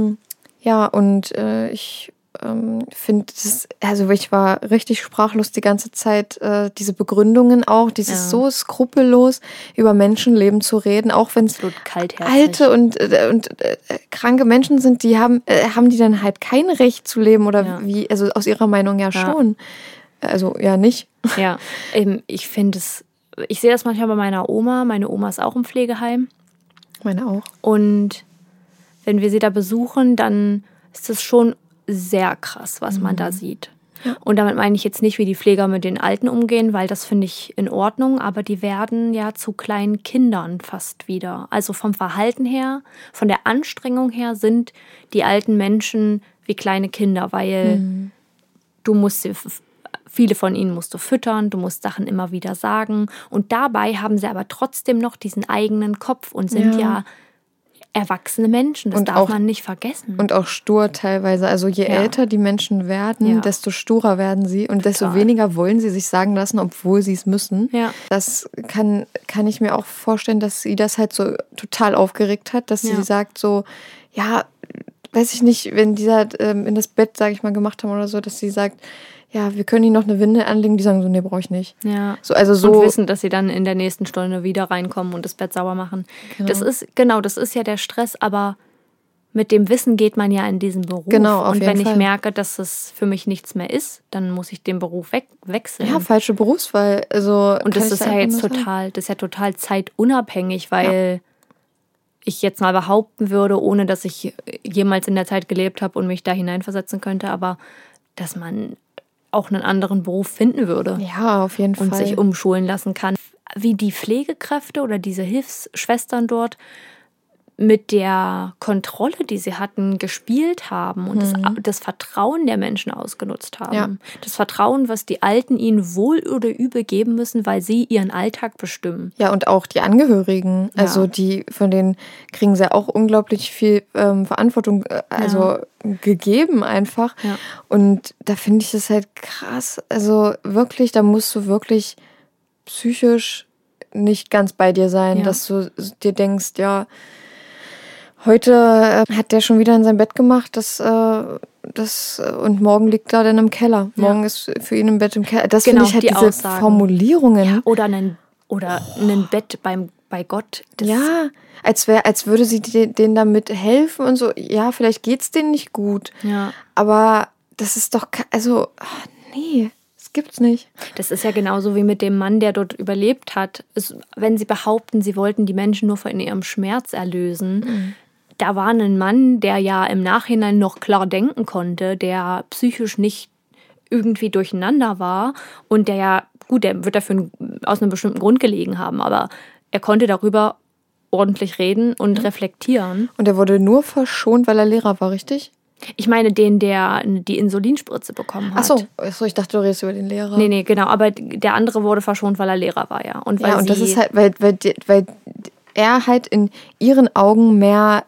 Und ich finde, ich war richtig sprachlos die ganze Zeit. Diese Begründungen auch, dieses so skrupellos über Menschenleben zu reden, auch wenn es alte und kranke Menschen sind, die haben die dann halt kein Recht zu leben oder wie, also aus ihrer Meinung schon. Also ja nicht. Ja, ich finde ich sehe das manchmal bei meiner Oma. Meine Oma ist auch im Pflegeheim. Meine auch. Und wenn wir sie da besuchen, dann ist es schon sehr krass, was man da sieht. Ja. Und damit meine ich jetzt nicht, wie die Pfleger mit den Alten umgehen, weil das finde ich in Ordnung, aber die werden ja zu kleinen Kindern fast wieder. Also vom Verhalten her, von der Anstrengung her sind die alten Menschen wie kleine Kinder, weil du musst viele von ihnen musst du füttern, du musst Sachen immer wieder sagen und dabei haben sie aber trotzdem noch diesen eigenen Kopf und sind erwachsene Menschen. Das Und darf auch- man nicht vergessen. Und auch stur teilweise. Also je älter die Menschen werden, Ja. desto sturer werden sie und desto Total. weniger wollen sie sich sagen lassen, obwohl sie es müssen. Ja. Das kann ich mir auch vorstellen, dass sie das halt so total aufgeregt hat, dass sie Ja. sagt so, ja, weiß ich nicht, wenn die da in das Bett, sage ich mal, gemacht haben oder so, dass sie sagt, ja, wir können ihnen noch eine Windel anlegen, die sagen so, nee, brauche ich nicht. Ja. So, also so, Und wissen, dass sie dann in der nächsten Stunde wieder reinkommen und das Bett sauber machen. Das ist ja der Stress, aber mit dem Wissen geht man ja in diesen Beruf. Genau, auf und jeden wenn ich Fall. merke, dass es für mich nichts mehr ist, dann muss ich den Beruf wechseln. ja, falsche Berufswahl. Also, Und kann das ich ist da ja einfach jetzt nur sagen. total zeitunabhängig, weil ich jetzt mal behaupten würde, ohne dass ich jemals in der Zeit gelebt habe und mich da hineinversetzen könnte, aber dass man auch einen anderen Beruf finden würde Ja, auf jeden und Fall. sich umschulen lassen kann. Wie die Pflegekräfte oder diese Hilfsschwestern dort mit der Kontrolle, die sie hatten, gespielt haben und das Vertrauen der Menschen ausgenutzt haben. Ja. Das Vertrauen, was die Alten ihnen wohl oder übel geben müssen, weil sie ihren Alltag bestimmen. Ja, und auch die Angehörigen, also von denen kriegen sie auch unglaublich viel Verantwortung gegeben einfach. Ja. Und da finde ich es halt krass. Also wirklich, da musst du wirklich psychisch nicht ganz bei dir sein, Ja. dass du dir denkst, ja, heute hat der schon wieder in sein Bett gemacht, und morgen liegt er dann im Keller. Morgen ist für ihn im Bett im Keller. Das Genau, finde ich halt die diese Aussagen. Formulierungen. Oder ein Bett bei Gott. Das Ja, als würde sie denen damit helfen und so. Ja, vielleicht geht's denen nicht gut. Ja. Aber das ist doch, nee, das gibt's nicht. Das ist ja genauso wie mit dem Mann, der dort überlebt hat. Wenn sie behaupten, sie wollten die Menschen nur von ihrem Schmerz erlösen, da war ein Mann, der ja im Nachhinein noch klar denken konnte, der psychisch nicht irgendwie durcheinander war und der ja, gut, der wird dafür aus einem bestimmten Grund gelegen haben, aber er konnte darüber ordentlich reden und reflektieren. Und er wurde nur verschont, weil er Lehrer war, richtig? Ich meine, der die Insulinspritze bekommen hat. Ach so, ich dachte, du redest über den Lehrer. Nee, genau, aber der andere wurde verschont, weil er Lehrer war, ja. Und weil Ja, und das sie- ist halt, weil er halt in ihren Augen mehr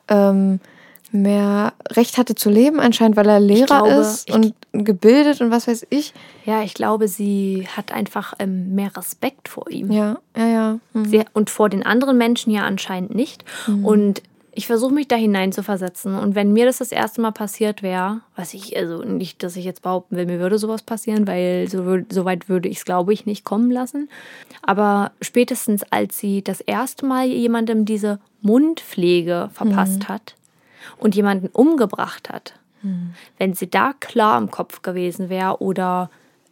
Recht hatte zu leben, anscheinend, weil er Lehrer glaube, ist und gebildet und was weiß ich. Ja, ich glaube, sie hat einfach mehr Respekt vor ihm. Ja. Und vor den anderen Menschen ja anscheinend nicht. Und ich versuche mich da hineinzuversetzen. Und wenn mir das erste Mal passiert wäre, also nicht, dass ich jetzt behaupten will, mir würde sowas passieren, weil so weit würde ich es, glaube ich, nicht kommen lassen. Aber spätestens, als sie das erste Mal jemandem diese Mundpflege verpasst hat und jemanden umgebracht hat, wenn sie da klar im Kopf gewesen wäre oder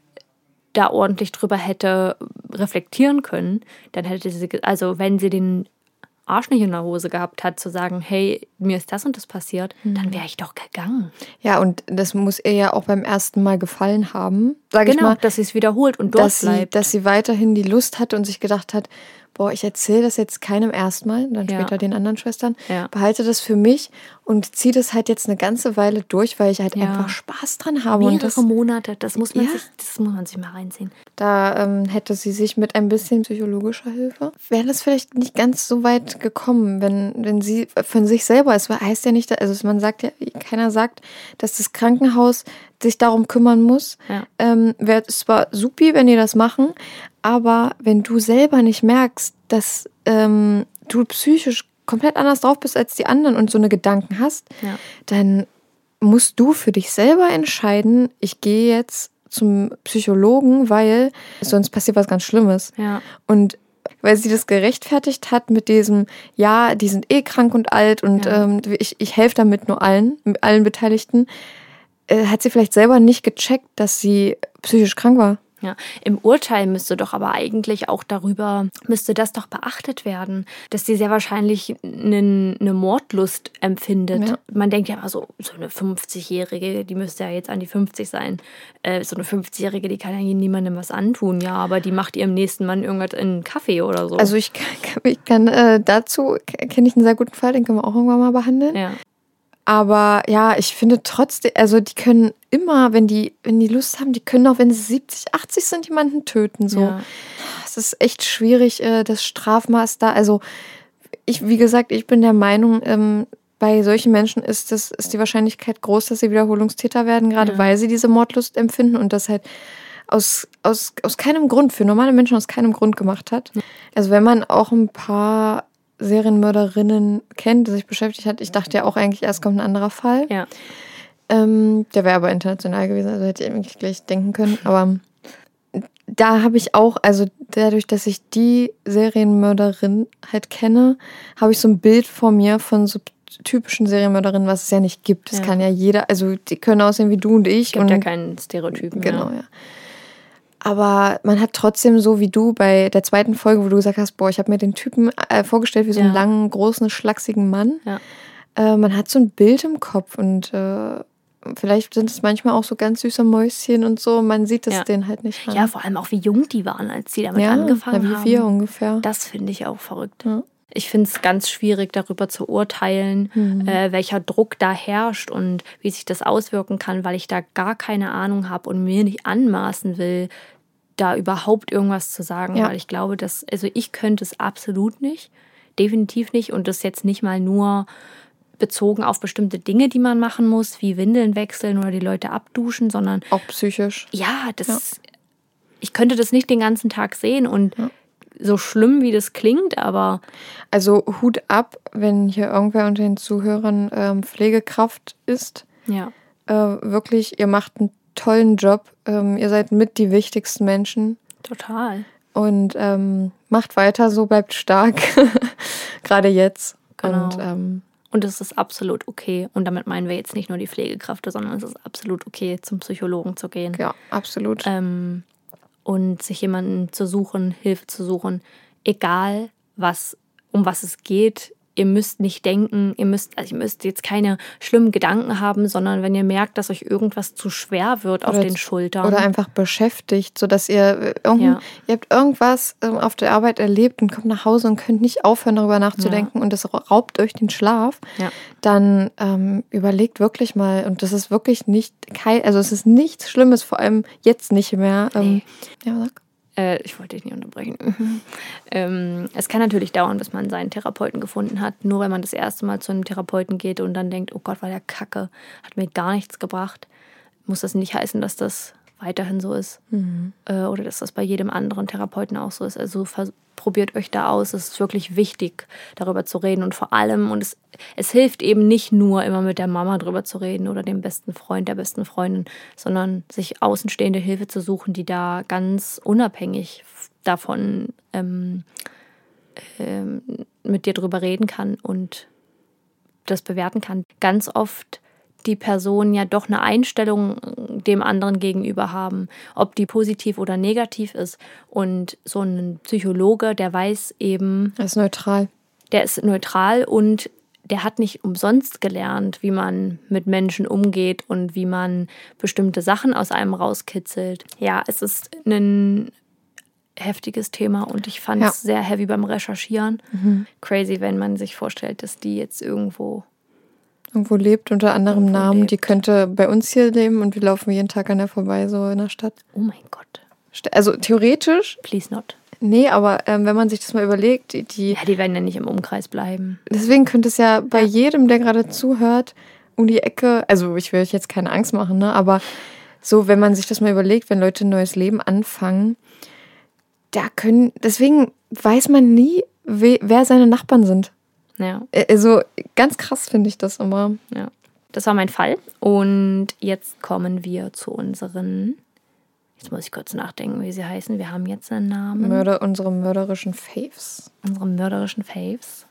da ordentlich drüber hätte reflektieren können, dann hätte sie, also wenn sie den Arsch nicht in der Hose gehabt hat, zu sagen, hey, mir ist das und das passiert, dann wäre ich doch gegangen. Ja, und das muss ihr ja auch beim ersten Mal gefallen haben, sage ich Genau, mal. dass sie es wiederholt und dort dass bleibt. sie weiterhin die Lust hatte und sich gedacht hat, boah, ich erzähle das jetzt keinem erstmal, dann Ja. später den anderen Schwestern, Ja. behalte das für mich und ziehe das halt jetzt eine ganze Weile durch, weil ich halt Ja. einfach Spaß dran habe. Und Mehrere Monate, das muss man Ja. sich mal reinziehen. da hätte sie sich mit ein bisschen psychologischer Hilfe, wäre das vielleicht nicht ganz so weit gekommen, wenn sie von sich selber, es heißt ja nicht, also man sagt ja, keiner sagt, dass das Krankenhaus sich darum kümmern muss. Ja. Wäre es zwar supi, wenn die das machen, aber wenn du selber nicht merkst, dass du psychisch komplett anders drauf bist als die anderen und so eine Gedanken hast, Ja. dann musst du für dich selber entscheiden, ich gehe jetzt zum Psychologen, weil sonst passiert was ganz Schlimmes. Ja. Und weil sie das gerechtfertigt hat mit diesem, ja, die sind eh krank und alt und Ja. ich helfe damit nur allen Beteiligten, hat sie vielleicht selber nicht gecheckt, dass sie psychisch krank war. Ja, im Urteil müsste doch aber eigentlich auch müsste das doch beachtet werden, dass sie sehr wahrscheinlich eine Mordlust empfindet. Ja. Man denkt ja immer so eine 50-Jährige, die müsste ja jetzt an die 50 sein. So eine 50-Jährige, die kann ja niemandem was antun, ja, aber die macht ihrem nächsten Mann irgendwas in einen Kaffee oder so. Also ich kann dazu, kenne ich einen sehr guten Fall, den können wir auch irgendwann mal behandeln. ja. Aber ja, ich finde trotzdem, also die können immer, wenn die Lust haben, die können auch, wenn sie 70, 80 sind, jemanden töten. So. Ja. Es ist echt schwierig, das Strafmaß da. Also wie gesagt, ich bin der Meinung, bei solchen Menschen ist die Wahrscheinlichkeit groß, dass sie Wiederholungstäter werden, gerade weil sie diese Mordlust empfinden und das halt aus keinem Grund, für normale Menschen aus keinem Grund gemacht hat. Also wenn man auch ein paar Serienmörderinnen kennt, die sich beschäftigt hat, ich dachte ja auch eigentlich, erst kommt ein anderer Fall. Ja. Der wäre aber international gewesen, also hätte ich eigentlich gleich denken können. Aber da habe ich auch, also dadurch, dass ich die Serienmörderin halt kenne, habe ich so ein Bild vor mir von so typischen Serienmörderinnen, was es ja nicht gibt. Das kann ja jeder, also die können aussehen wie du und ich. Es gibt ja keinen Stereotypen. Genau, ja. Aber man hat trotzdem so wie du bei der zweiten Folge, wo du gesagt hast, boah, ich habe mir den Typen vorgestellt wie so einen langen, großen, schlachsigen Mann. Ja. Man hat so ein Bild im Kopf und vielleicht sind es manchmal auch so ganz süße Mäuschen und so. Man sieht es denen halt nicht an. Ja, vor allem auch wie jung die waren, als sie damit angefangen haben. Wie 4 ungefähr. Das finde ich auch verrückt. Ja. Ich finde es ganz schwierig, darüber zu urteilen, welcher Druck da herrscht und wie sich das auswirken kann, weil ich da gar keine Ahnung habe und mir nicht anmaßen will, da überhaupt irgendwas zu sagen. Ja. Weil ich glaube, ich könnte es absolut nicht, definitiv nicht und das jetzt nicht mal nur bezogen auf bestimmte Dinge, die man machen muss, wie Windeln wechseln oder die Leute abduschen, sondern auch psychisch. Ja, ich könnte das nicht den ganzen Tag sehen und so schlimm, wie das klingt, aber... Also Hut ab, wenn hier irgendwer unter den Zuhörern Pflegekraft ist. Ja. Wirklich, ihr macht einen tollen Job. Ihr seid mit die wichtigsten Menschen. Total. Und macht weiter so, bleibt stark. Gerade jetzt. Genau. Und es ist absolut okay. Und damit meinen wir jetzt nicht nur die Pflegekräfte, sondern es ist absolut okay, zum Psychologen zu gehen. Ja, absolut. Und sich jemanden zu suchen, Hilfe zu suchen. Egal, um was es geht. Ihr müsst nicht denken, ihr müsst jetzt keine schlimmen Gedanken haben, sondern wenn ihr merkt, dass euch irgendwas zu schwer wird auf den Schultern. Oder einfach beschäftigt, sodass ihr habt irgendwas auf der Arbeit erlebt und kommt nach Hause und könnt nicht aufhören, darüber nachzudenken und das raubt euch den Schlaf, dann überlegt wirklich mal, und das ist wirklich es ist nichts Schlimmes, vor allem jetzt nicht mehr. Ja, sag. Ich wollte dich nicht unterbrechen. Es kann natürlich dauern, bis man seinen Therapeuten gefunden hat. Nur wenn man das erste Mal zu einem Therapeuten geht und dann denkt, oh Gott, war der Kacke, hat mir gar nichts gebracht, muss das nicht heißen, dass das weiterhin so ist. Oder dass das bei jedem anderen Therapeuten auch so ist. Also probiert euch da aus. Es ist wirklich wichtig, darüber zu reden. Und vor allem, und es hilft eben nicht nur, immer mit der Mama drüber zu reden oder dem besten Freund, der besten Freundin, sondern sich außenstehende Hilfe zu suchen, die da ganz unabhängig davon mit dir drüber reden kann und das bewerten kann. Ganz oft die Personen ja doch eine Einstellung dem anderen gegenüber haben, ob die positiv oder negativ ist. Und so ein Psychologe, der weiß eben... Er ist neutral. Der ist neutral und der hat nicht umsonst gelernt, wie man mit Menschen umgeht und wie man bestimmte Sachen aus einem rauskitzelt. Ja, es ist ein heftiges Thema und ich fand es sehr heavy beim Recherchieren. Crazy, wenn man sich vorstellt, dass die jetzt irgendwo lebt unter anderem Namen. Die könnte bei uns hier leben und wir laufen jeden Tag an der vorbei, so in der Stadt. Oh mein Gott. Also theoretisch. Please not. Nee, aber wenn man sich das mal überlegt, die werden ja nicht im Umkreis bleiben. Deswegen könnte es ja bei jedem, der gerade zuhört, um die Ecke, also ich will euch jetzt keine Angst machen, ne, aber so, wenn man sich das mal überlegt, wenn Leute ein neues Leben anfangen, deswegen weiß man nie, wer seine Nachbarn sind. Ja. Also ganz krass finde ich das immer. Ja. Das war mein Fall. Und jetzt kommen wir zu unseren, jetzt muss ich kurz nachdenken, wie sie heißen. Wir haben jetzt einen Namen. Unsere mörderischen Faves. Unsere mörderischen Faves.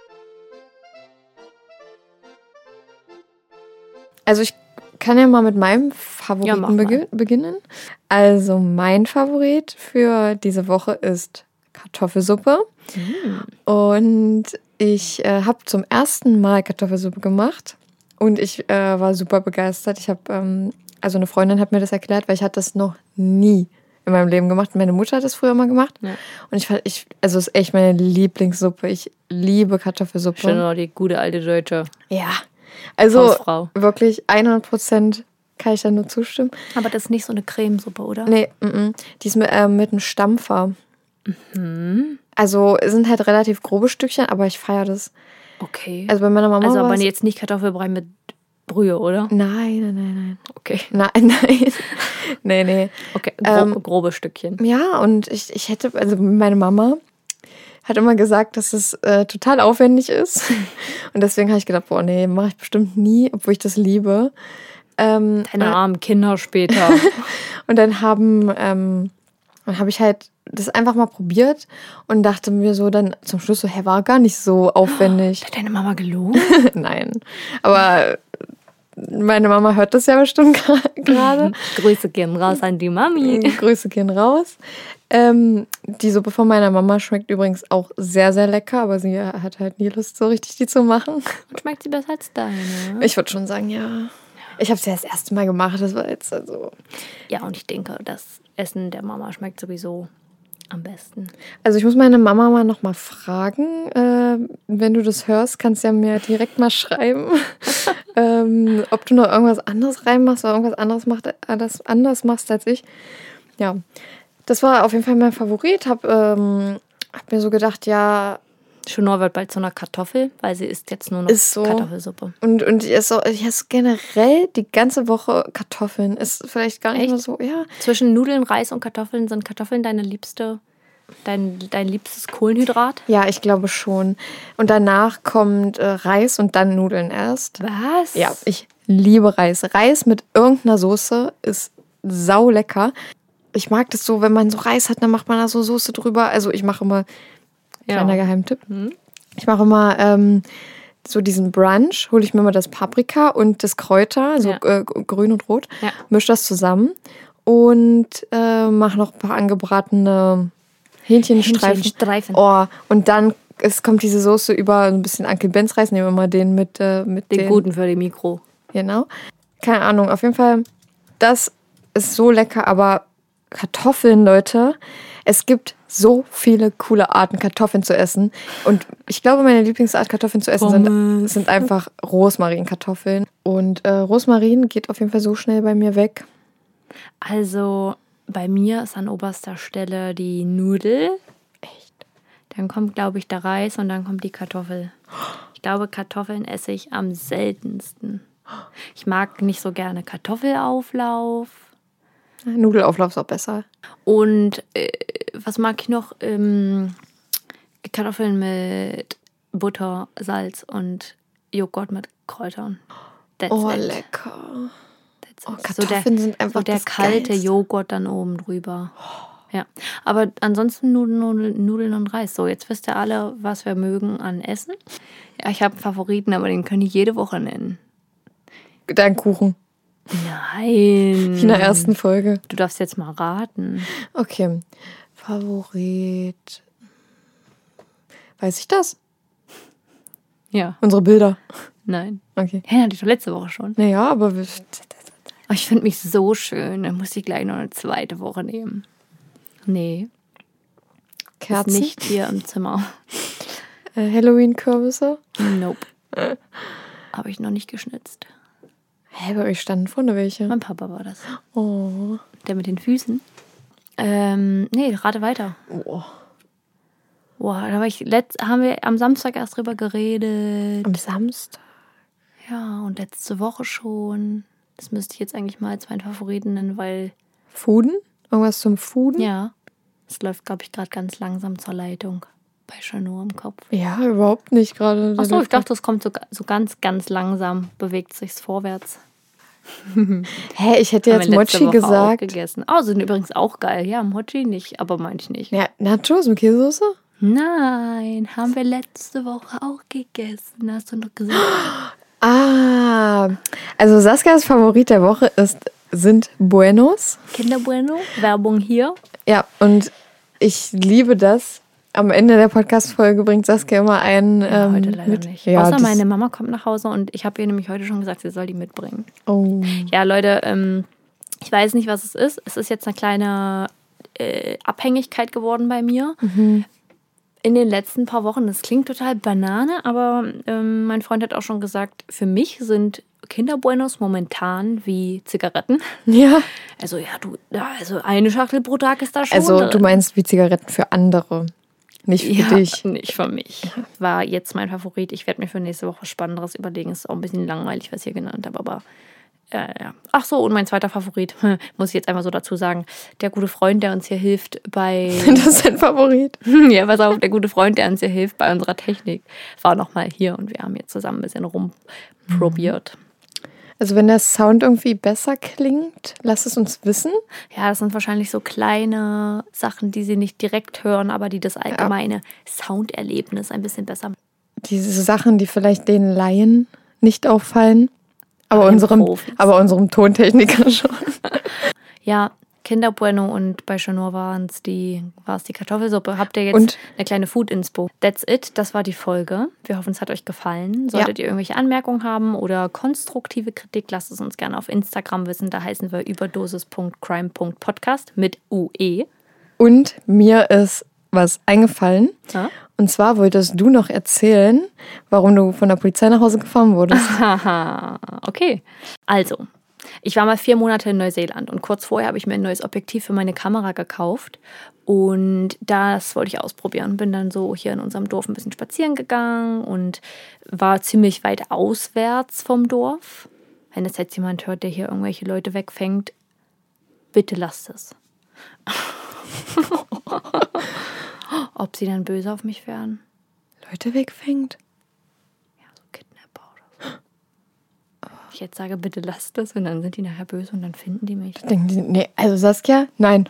Also ich kann ja mal mit meinem Favoriten beginnen. Also mein Favorit für diese Woche ist Kartoffelsuppe. Und ich habe zum ersten Mal Kartoffelsuppe gemacht und ich war super begeistert. Ich habe, also eine Freundin hat mir das erklärt, weil ich hatte das noch nie in meinem Leben gemacht. Meine Mutter hat das früher mal gemacht. Ja. Und es ist echt meine Lieblingssuppe. Ich liebe Kartoffelsuppe. Schon die gute alte Deutsche. Ja, also Hausfrau. Wirklich 100% kann ich da nur zustimmen. Aber das ist nicht so eine Cremesuppe, oder? Nee, die ist mit einem Stampfer. Also es sind halt relativ grobe Stückchen, aber ich feiere das. Okay. Also bei meiner Mama Also aber war's- jetzt nicht Kartoffelbrei mit Brühe, oder? Nein. Okay. Nein. Nee. Okay, grobe Stückchen. Ja, und ich hätte, also meine Mama hat immer gesagt, dass es total aufwendig ist. Und deswegen habe ich gedacht, boah, nee, mache ich bestimmt nie, obwohl ich das liebe. Deine armen Kinder später. Und dann habe ich halt das einfach mal probiert und dachte mir so dann zum Schluss so, war gar nicht so aufwendig. Hat deine Mama gelogen? Nein, aber meine Mama hört das ja bestimmt gerade. Grüße gehen raus an die Mami. Grüße gehen raus. Die Suppe von meiner Mama schmeckt übrigens auch sehr, sehr lecker, aber sie hat halt nie Lust, so richtig die zu machen. Und schmeckt sie besser als deine? Ich würde schon sagen, ja. Ich habe es ja das erste Mal gemacht, das war jetzt also... Ja, und ich denke, das Essen der Mama schmeckt sowieso am besten. Also ich muss meine Mama mal noch mal fragen, wenn du das hörst, kannst du ja mir direkt mal schreiben, ob du noch irgendwas anderes reinmachst oder irgendwas anders machst als ich. Ja, das war auf jeden Fall mein Favorit. Hab mir so gedacht, ja... Junor wird bald zu einer Kartoffel, weil sie isst jetzt nur noch Ist so. Kartoffelsuppe. Und ich esse generell die ganze Woche Kartoffeln. Ist vielleicht gar nicht Echt? mehr so, ja. Zwischen Nudeln, Reis und Kartoffeln sind Kartoffeln dein liebstes Kohlenhydrat? Ja, ich glaube schon. Und danach kommt Reis und dann Nudeln erst. Was? Ja, ich liebe Reis. Reis mit irgendeiner Soße ist sau lecker. Ich mag das so, wenn man so Reis hat, dann macht man da so Soße drüber. Also ich mache immer, kleiner Geheimtipp, ich mache immer so diesen Brunch, hole ich mir immer das Paprika und das Kräuter, so grün und rot, mische das zusammen und mache noch ein paar angebratene Hähnchenstreifen. Oh, und dann kommt diese Soße über ein bisschen Uncle Ben's Reis, nehmen wir mal den mit Den guten für die Mikro. Genau. Keine Ahnung, auf jeden Fall, das ist so lecker, aber Kartoffeln, Leute, es gibt so viele coole Arten, Kartoffeln zu essen. Und ich glaube, meine Lieblingsart, Kartoffeln zu essen, sind einfach Rosmarinkartoffeln. Und Rosmarin geht auf jeden Fall so schnell bei mir weg. Also bei mir ist an oberster Stelle die Nudel. Echt? Dann kommt, glaube ich, der Reis und dann kommt die Kartoffel. Ich glaube, Kartoffeln esse ich am seltensten. Ich mag nicht so gerne Kartoffelauflauf. Nudelauflauf ist auch besser. Und was mag ich noch? Kartoffeln mit Butter, Salz und Joghurt mit Kräutern. That's it. Lecker. That's Oh, it. Kartoffeln sind einfach so der das kalte Geilste. Joghurt dann oben drüber. Ja, aber ansonsten Nudeln und Reis. So, jetzt wisst ihr alle, was wir mögen an Essen. Ja, ich habe einen Favoriten, aber den kann ich jede Woche nennen. Dein Kuchen. Nein. Wie in der ersten Folge. Du darfst jetzt mal raten. Okay. Favorit. Weiß ich das? Ja, Unsere Bilder. nein. Okay. Ja, hatte ich doch letzte Woche schon. Naja, aber Aber ich finde mich so schön. Dann muss ich gleich noch eine zweite Woche nehmen. Nee, Kerzen. ist nicht hier im Zimmer. Halloween-Kürbisse. Nope. Habe ich noch nicht geschnitzt. Hä, bei euch standen vorne welche. Mein Papa war das. Oh. Der mit den Füßen. Nee, rate weiter. Oh. Boah, da haben wir am Samstag erst drüber geredet. Am Samstag. Ja, und letzte Woche schon. Das müsste ich jetzt eigentlich mal als meinen Favoriten nennen, weil, Fuden? Irgendwas zum Fuden? ja, es läuft, glaube ich, gerade ganz langsam zur Leitung. Bei Chanot im Kopf. Ja, überhaupt nicht gerade. Achso, ich dachte, es kommt so ganz, ganz langsam, bewegt sich's vorwärts. Hä, ich hätte jetzt Haben wir letzte Mochi Woche auch gesagt. gegessen. Oh, sind übrigens auch geil. Ja, Mochi nicht, aber meinte ich nicht. Ja, Nachos mit Käsesoße? Nein, haben wir letzte Woche auch gegessen. Hast du noch gesagt? Ah, also Saskias Favorit der Woche sind Buenos. Kinder Bueno, Werbung hier. Ja, und ich liebe das. Am Ende der Podcast-Folge bringt Saskia immer einen Heute leider mit. nicht. Ja, Außer das- meine Mama kommt nach Hause und ich habe ihr nämlich heute schon gesagt, sie soll die mitbringen. Oh. Ja, Leute, ich weiß nicht, was es ist. Es ist jetzt eine kleine Abhängigkeit geworden bei mir. In den letzten paar Wochen. Das klingt total Banane, aber mein Freund hat auch schon gesagt, für mich sind Kinder Buenos momentan wie Zigaretten. Ja, Also ja, also eine Schachtel pro Tag ist da schon also drin. du meinst wie Zigaretten für andere. Nicht für dich. Nicht für mich. War jetzt mein Favorit. Ich werde mir für nächste Woche was Spannenderes überlegen. Ist auch ein bisschen langweilig, was ich hier genannt habe, aber ja. Ach so, und mein zweiter Favorit, muss ich jetzt einfach so dazu sagen, der gute Freund, der uns hier hilft bei... Das ist dein Favorit. Ja, pass auf, der gute Freund, der uns hier hilft bei unserer Technik, war nochmal hier und wir haben jetzt zusammen ein bisschen rumprobiert. Also wenn der Sound irgendwie besser klingt, lass es uns wissen. Ja, das sind wahrscheinlich so kleine Sachen, die sie nicht direkt hören, aber die das allgemeine Sounderlebnis ein bisschen besser machen. Diese Sachen, die vielleicht den Laien nicht auffallen, aber Profis. unserem Tontechniker schon. Ja, Kinder Bueno und bei Chanor war es die Kartoffelsuppe. Habt ihr jetzt eine kleine Food-Inspo? That's it, das war die Folge. Wir hoffen, es hat euch gefallen. Solltet ihr irgendwelche Anmerkungen haben oder konstruktive Kritik, lasst es uns gerne auf Instagram wissen. Da heißen wir überdosis.crime.podcast mit UE. Und mir ist was eingefallen. Ja? Und zwar wolltest du noch erzählen, warum du von der Polizei nach Hause gefahren wurdest. Haha, okay. Also, ich war mal 4 Monate in Neuseeland und kurz vorher habe ich mir ein neues Objektiv für meine Kamera gekauft und das wollte ich ausprobieren. Bin dann so hier in unserem Dorf ein bisschen spazieren gegangen und war ziemlich weit auswärts vom Dorf. Wenn es jetzt jemand hört, der hier irgendwelche Leute wegfängt, bitte lasst es. Ob sie dann böse auf mich werden? Leute wegfängt? Ja, so Kidnapper oder so. Ich jetzt sage, bitte lasst das und dann sind die nachher böse und dann finden die mich. Denken die, nee, also Saskia, nein.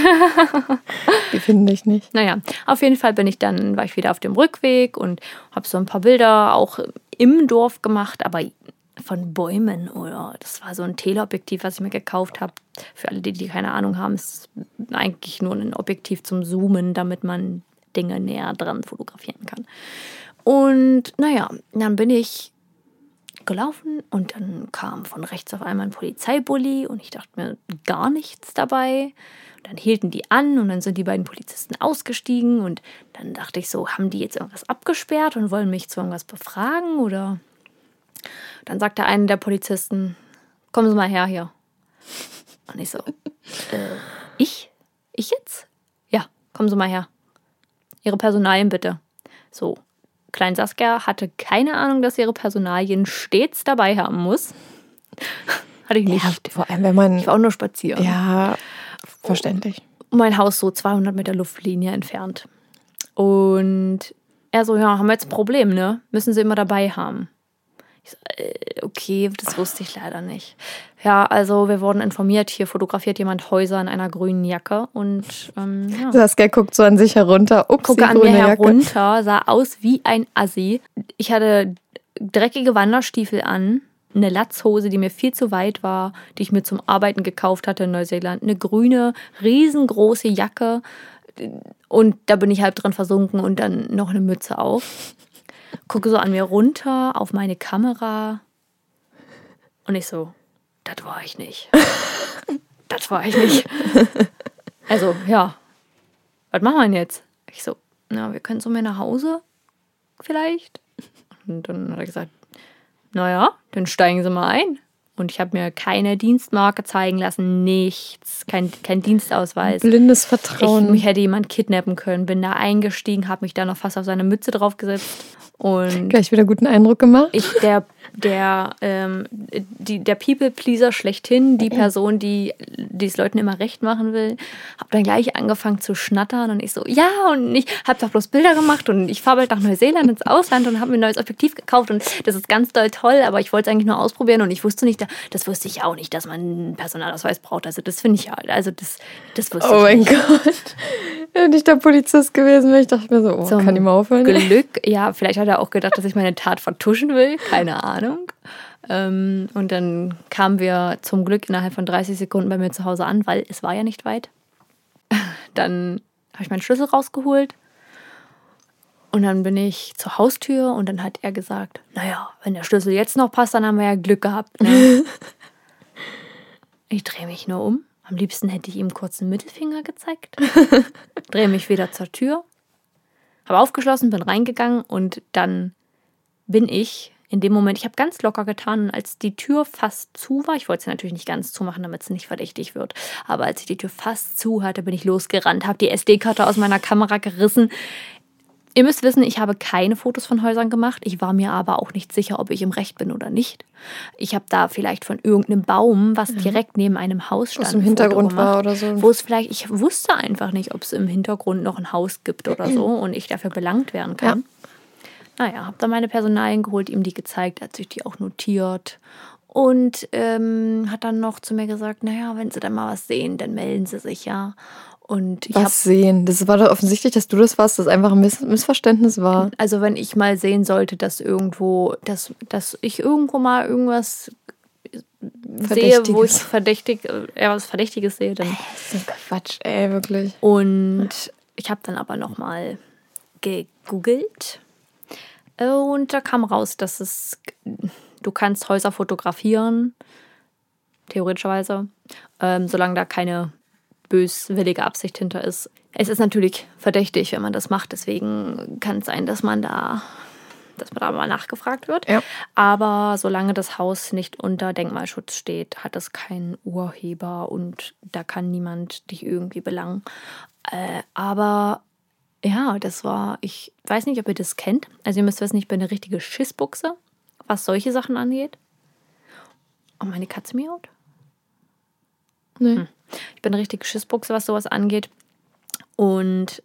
Die finden dich nicht. Naja, auf jeden Fall war ich wieder auf dem Rückweg und habe so ein paar Bilder auch im Dorf gemacht, aber von Bäumen oder das war so ein Teleobjektiv, was ich mir gekauft habe. Für alle, die keine Ahnung haben, ist eigentlich nur ein Objektiv zum Zoomen, damit man Dinge näher dran fotografieren kann. Und naja, dann bin ich gelaufen und dann kam von rechts auf einmal ein Polizeibully und ich dachte mir gar nichts dabei. Dann hielten die an und dann sind die beiden Polizisten ausgestiegen und dann dachte ich so, haben die jetzt irgendwas abgesperrt und wollen mich zu irgendwas befragen oder... Dann sagte einer der Polizisten, kommen Sie mal her hier. Und ich so, ich? Ich jetzt? Ja, kommen Sie mal her. Ihre Personalien bitte. So, Klein Saskia hatte keine Ahnung, dass sie ihre Personalien stets dabei haben muss. Hatte ich nicht. Ja, vor allem, wenn man... Ich war auch nur spazieren. Ja, verständlich. Mein Haus so 200 Meter Luftlinie entfernt. Und er so, ja, haben wir jetzt ein Problem, ne? Müssen Sie immer dabei haben. Ich so, okay, das wusste ich leider nicht. Ja, also wir wurden informiert, hier fotografiert jemand Häuser in einer grünen Jacke und ja. Saskia guckt so an sich herunter. Ups, Gucke an mir herunter, sah aus wie ein Assi. Ich hatte dreckige Wanderstiefel an, eine Latzhose, die mir viel zu weit war, die ich mir zum Arbeiten gekauft hatte in Neuseeland, eine grüne, riesengroße Jacke und da bin ich halb drin versunken und dann noch eine Mütze auf. Gucke so an mir runter auf meine Kamera und ich so, das war ich nicht. Das war ich nicht. Also, ja, was machen wir denn jetzt? Ich so, na, wir können zu mir nach Hause vielleicht. Und dann hat er gesagt, naja, dann steigen Sie mal ein. Und ich habe mir keine Dienstmarke zeigen lassen, nichts, kein Dienstausweis. Blindes Vertrauen. Mich hätte jemand kidnappen können, bin da eingestiegen, habe mich da noch fast auf seine Mütze draufgesetzt. Und gleich wieder guten Eindruck gemacht. Der People-Pleaser schlechthin, die Person, die es Leuten immer recht machen will, habe dann gleich angefangen zu schnattern und ich so, ja, und ich habe doch bloß Bilder gemacht und ich fahre bald nach Neuseeland ins Ausland und habe mir ein neues Objektiv gekauft und das ist ganz doll toll, aber ich wollte es eigentlich nur ausprobieren und ich wusste nicht, das wusste ich auch nicht, dass man einen Personalausweis braucht. Also das finde ich ja, also das wusste ich nicht. Oh mein Gott. Wenn ich der Polizist gewesen wäre, ich dachte mir so, oh, kann ich mal aufhören? Glück, ja, vielleicht hat er auch gedacht, dass ich meine Tat vertuschen will, keine Ahnung. Und dann kamen wir zum Glück innerhalb von 30 Sekunden bei mir zu Hause an, weil es war ja nicht weit. Dann habe ich meinen Schlüssel rausgeholt und dann bin ich zur Haustür und dann hat er gesagt, naja, wenn der Schlüssel jetzt noch passt, dann haben wir ja Glück gehabt. Ne? Ich drehe mich nur um. Am liebsten hätte ich ihm kurz einen Mittelfinger gezeigt. Drehe mich wieder zur Tür, habe aufgeschlossen, bin reingegangen und dann bin ich in dem Moment, ich habe ganz locker getan und als die Tür fast zu war, ich wollte sie natürlich nicht ganz zumachen, damit es nicht verdächtig wird, aber als ich die Tür fast zu hatte, bin ich losgerannt, habe die SD-Karte aus meiner Kamera gerissen, Ihr müsst wissen, ich habe keine Fotos von Häusern gemacht. Ich war mir aber auch nicht sicher, ob ich im Recht bin oder nicht. Ich habe da vielleicht von irgendeinem Baum, was direkt neben einem Haus stand, Was im Hintergrund war oder so. Wo es vielleicht, ich wusste einfach nicht, ob es im Hintergrund noch ein Haus gibt oder so und ich dafür belangt werden kann. Naja, habe dann meine Personalien geholt, ihm die gezeigt, hat sich die auch notiert und hat dann noch zu mir gesagt, naja, wenn Sie dann mal was sehen, dann melden Sie sich, ja. Und ich Was sehen? Das war doch offensichtlich, dass du das warst, das einfach ein Missverständnis war. Also wenn ich mal sehen sollte, dass ich irgendwo mal irgendwas sehe, wo ich was Verdächtiges sehe, dann... Das ist Quatsch, ey, wirklich. Und ich habe dann aber nochmal gegoogelt und da kam raus, dass du kannst Häuser fotografieren, theoretischerweise, solange da keine böswillige Absicht hinter ist. Es ist natürlich verdächtig, wenn man das macht, deswegen kann es sein, dass man da mal nachgefragt wird. Ja. Aber solange das Haus nicht unter Denkmalschutz steht, hat es keinen Urheber und da kann niemand dich irgendwie belangen. Aber ja, ich weiß nicht, ob ihr das kennt. Also ihr müsst wissen, ich bin eine richtige Schissbuchse, was solche Sachen angeht. Oh, meine Katze miaut? Nee. Ich bin eine richtige Schissbuchse, was sowas angeht. Und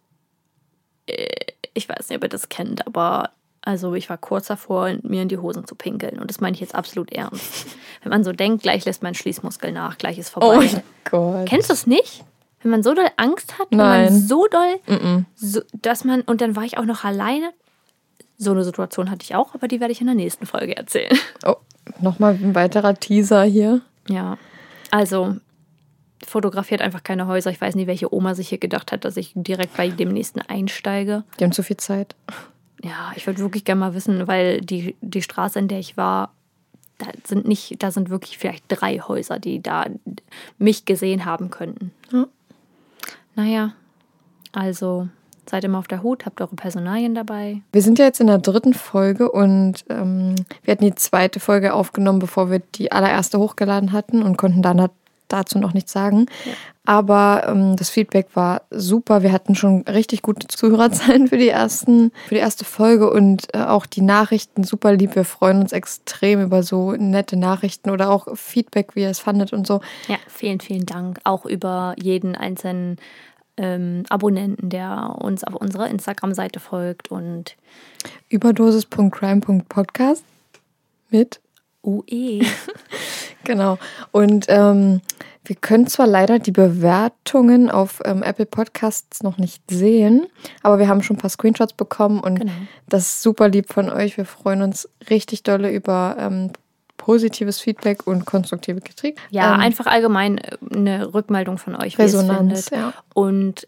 ich weiß nicht, ob ihr das kennt, aber also ich war kurz davor, mir in die Hosen zu pinkeln. Und das meine ich jetzt absolut ernst. Wenn man so denkt, gleich lässt mein Schließmuskel nach, gleich ist vorbei. Oh mein Gott. Kennst du es nicht? Wenn man so doll Angst hat, wenn Nein. man so doll, dass man, und dann war ich auch noch alleine. So eine Situation hatte ich auch, aber die werde ich in der nächsten Folge erzählen. Oh, nochmal ein weiterer Teaser hier. Ja, also fotografiert einfach keine Häuser. Ich weiß nicht, welche Oma sich hier gedacht hat, dass ich direkt bei dem nächsten einsteige. Die haben zu viel Zeit. Ja, ich würde wirklich gerne mal wissen, weil die Straße, in der ich war, da sind wirklich vielleicht 3 Häuser, die da mich gesehen haben könnten. Ja. Naja, also seid immer auf der Hut, habt eure Personalien dabei. Wir sind ja jetzt in der 3. Folge und wir hatten die 2. Folge aufgenommen, bevor wir die allererste hochgeladen hatten und konnten dann dazu noch nichts sagen. Ja. Aber das Feedback war super. Wir hatten schon richtig gute Zuhörerzahlen für die erste Folge und auch die Nachrichten super lieb. Wir freuen uns extrem über so nette Nachrichten oder auch Feedback, wie ihr es fandet und so. Ja, vielen, vielen Dank. Auch über jeden einzelnen Abonnenten, der uns auf unserer Instagram-Seite folgt und überdosis.crime.podcast mit UE. Genau. Und wir können zwar leider die Bewertungen auf Apple Podcasts noch nicht sehen, aber wir haben schon ein paar Screenshots bekommen und das ist super lieb von euch. Wir freuen uns richtig dolle über positives Feedback und konstruktive Kritik. Ja, einfach allgemein eine Rückmeldung von euch, Resonanz, wie ihr es findet. ja. Und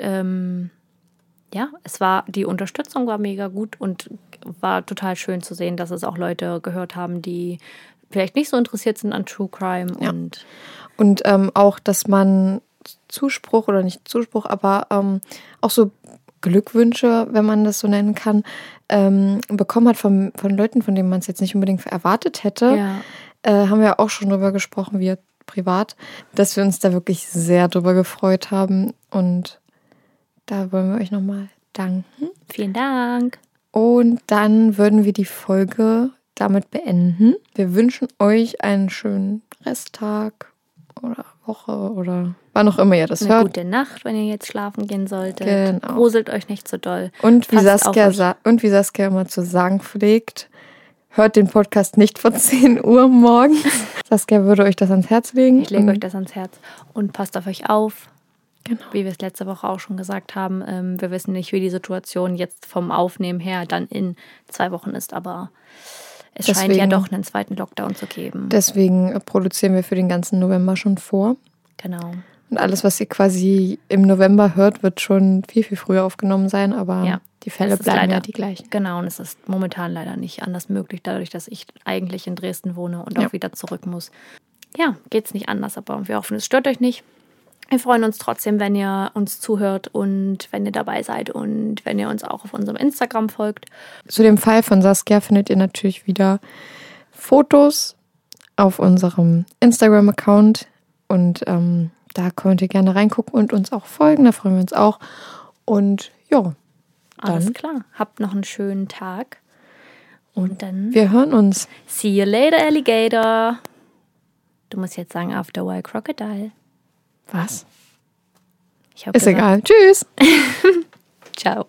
die Unterstützung war mega gut und war total schön zu sehen, dass es auch Leute gehört haben, die vielleicht nicht so interessiert sind an True Crime. Ja. Und auch, dass man Zuspruch oder nicht Zuspruch, aber auch so Glückwünsche, wenn man das so nennen kann, bekommen hat von Leuten, von denen man es jetzt nicht unbedingt erwartet hätte. Ja. Haben wir auch schon drüber gesprochen, wir privat, dass wir uns da wirklich sehr drüber gefreut haben. Und da wollen wir euch nochmal danken. Vielen Dank. Und dann würden wir die Folge damit beenden. Wir wünschen euch einen schönen Resttag oder Woche oder wann auch immer ihr das hört. Eine gute Nacht, wenn ihr jetzt schlafen gehen solltet. Genau. Gruselt euch nicht so doll. Und wie Saskia immer zu sagen pflegt, hört den Podcast nicht vor 10 Uhr morgens. Saskia würde euch das ans Herz legen. Ich lege euch das ans Herz und passt auf euch auf. Genau. Wie wir es letzte Woche auch schon gesagt haben. Wir wissen nicht, wie die Situation jetzt vom Aufnehmen her dann in 2 Wochen ist, aber es scheint ja doch einen zweiten Lockdown zu geben. Deswegen produzieren wir für den ganzen November schon vor. Genau. Und alles, was ihr quasi im November hört, wird schon viel, viel früher aufgenommen sein, aber die Fälle bleiben leider, ja die gleichen. Genau, und es ist momentan leider nicht anders möglich, dadurch, dass ich eigentlich in Dresden wohne und auch wieder zurück muss. Ja, geht's nicht anders, aber wir hoffen, es stört euch nicht. Wir freuen uns trotzdem, wenn ihr uns zuhört und wenn ihr dabei seid und wenn ihr uns auch auf unserem Instagram folgt. Zu dem Fall von Saskia findet ihr natürlich wieder Fotos auf unserem Instagram-Account und da könnt ihr gerne reingucken und uns auch folgen, da freuen wir uns auch. Und ja, Alles klar. Habt noch einen schönen Tag. Und dann... Wir hören uns. See you later, Alligator. Du musst jetzt sagen, after a while, Crocodile. Was? Ich hab Ist gesagt, egal. Tschüss. Ciao.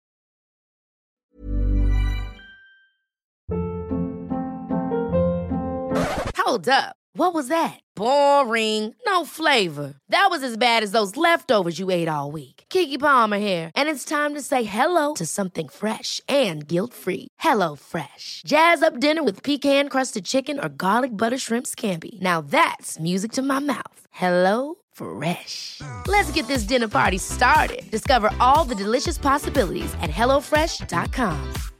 Hold up. What was that? Boring. No flavor. That was as bad as those leftovers you ate all week. Keke Palmer here, and it's time to say hello to something fresh and guilt-free. HelloFresh. Jazz up dinner with pecan-crusted chicken or garlic butter shrimp scampi. Now that's music to my mouth. HelloFresh. Let's get this dinner party started. Discover all the delicious possibilities at HelloFresh.com.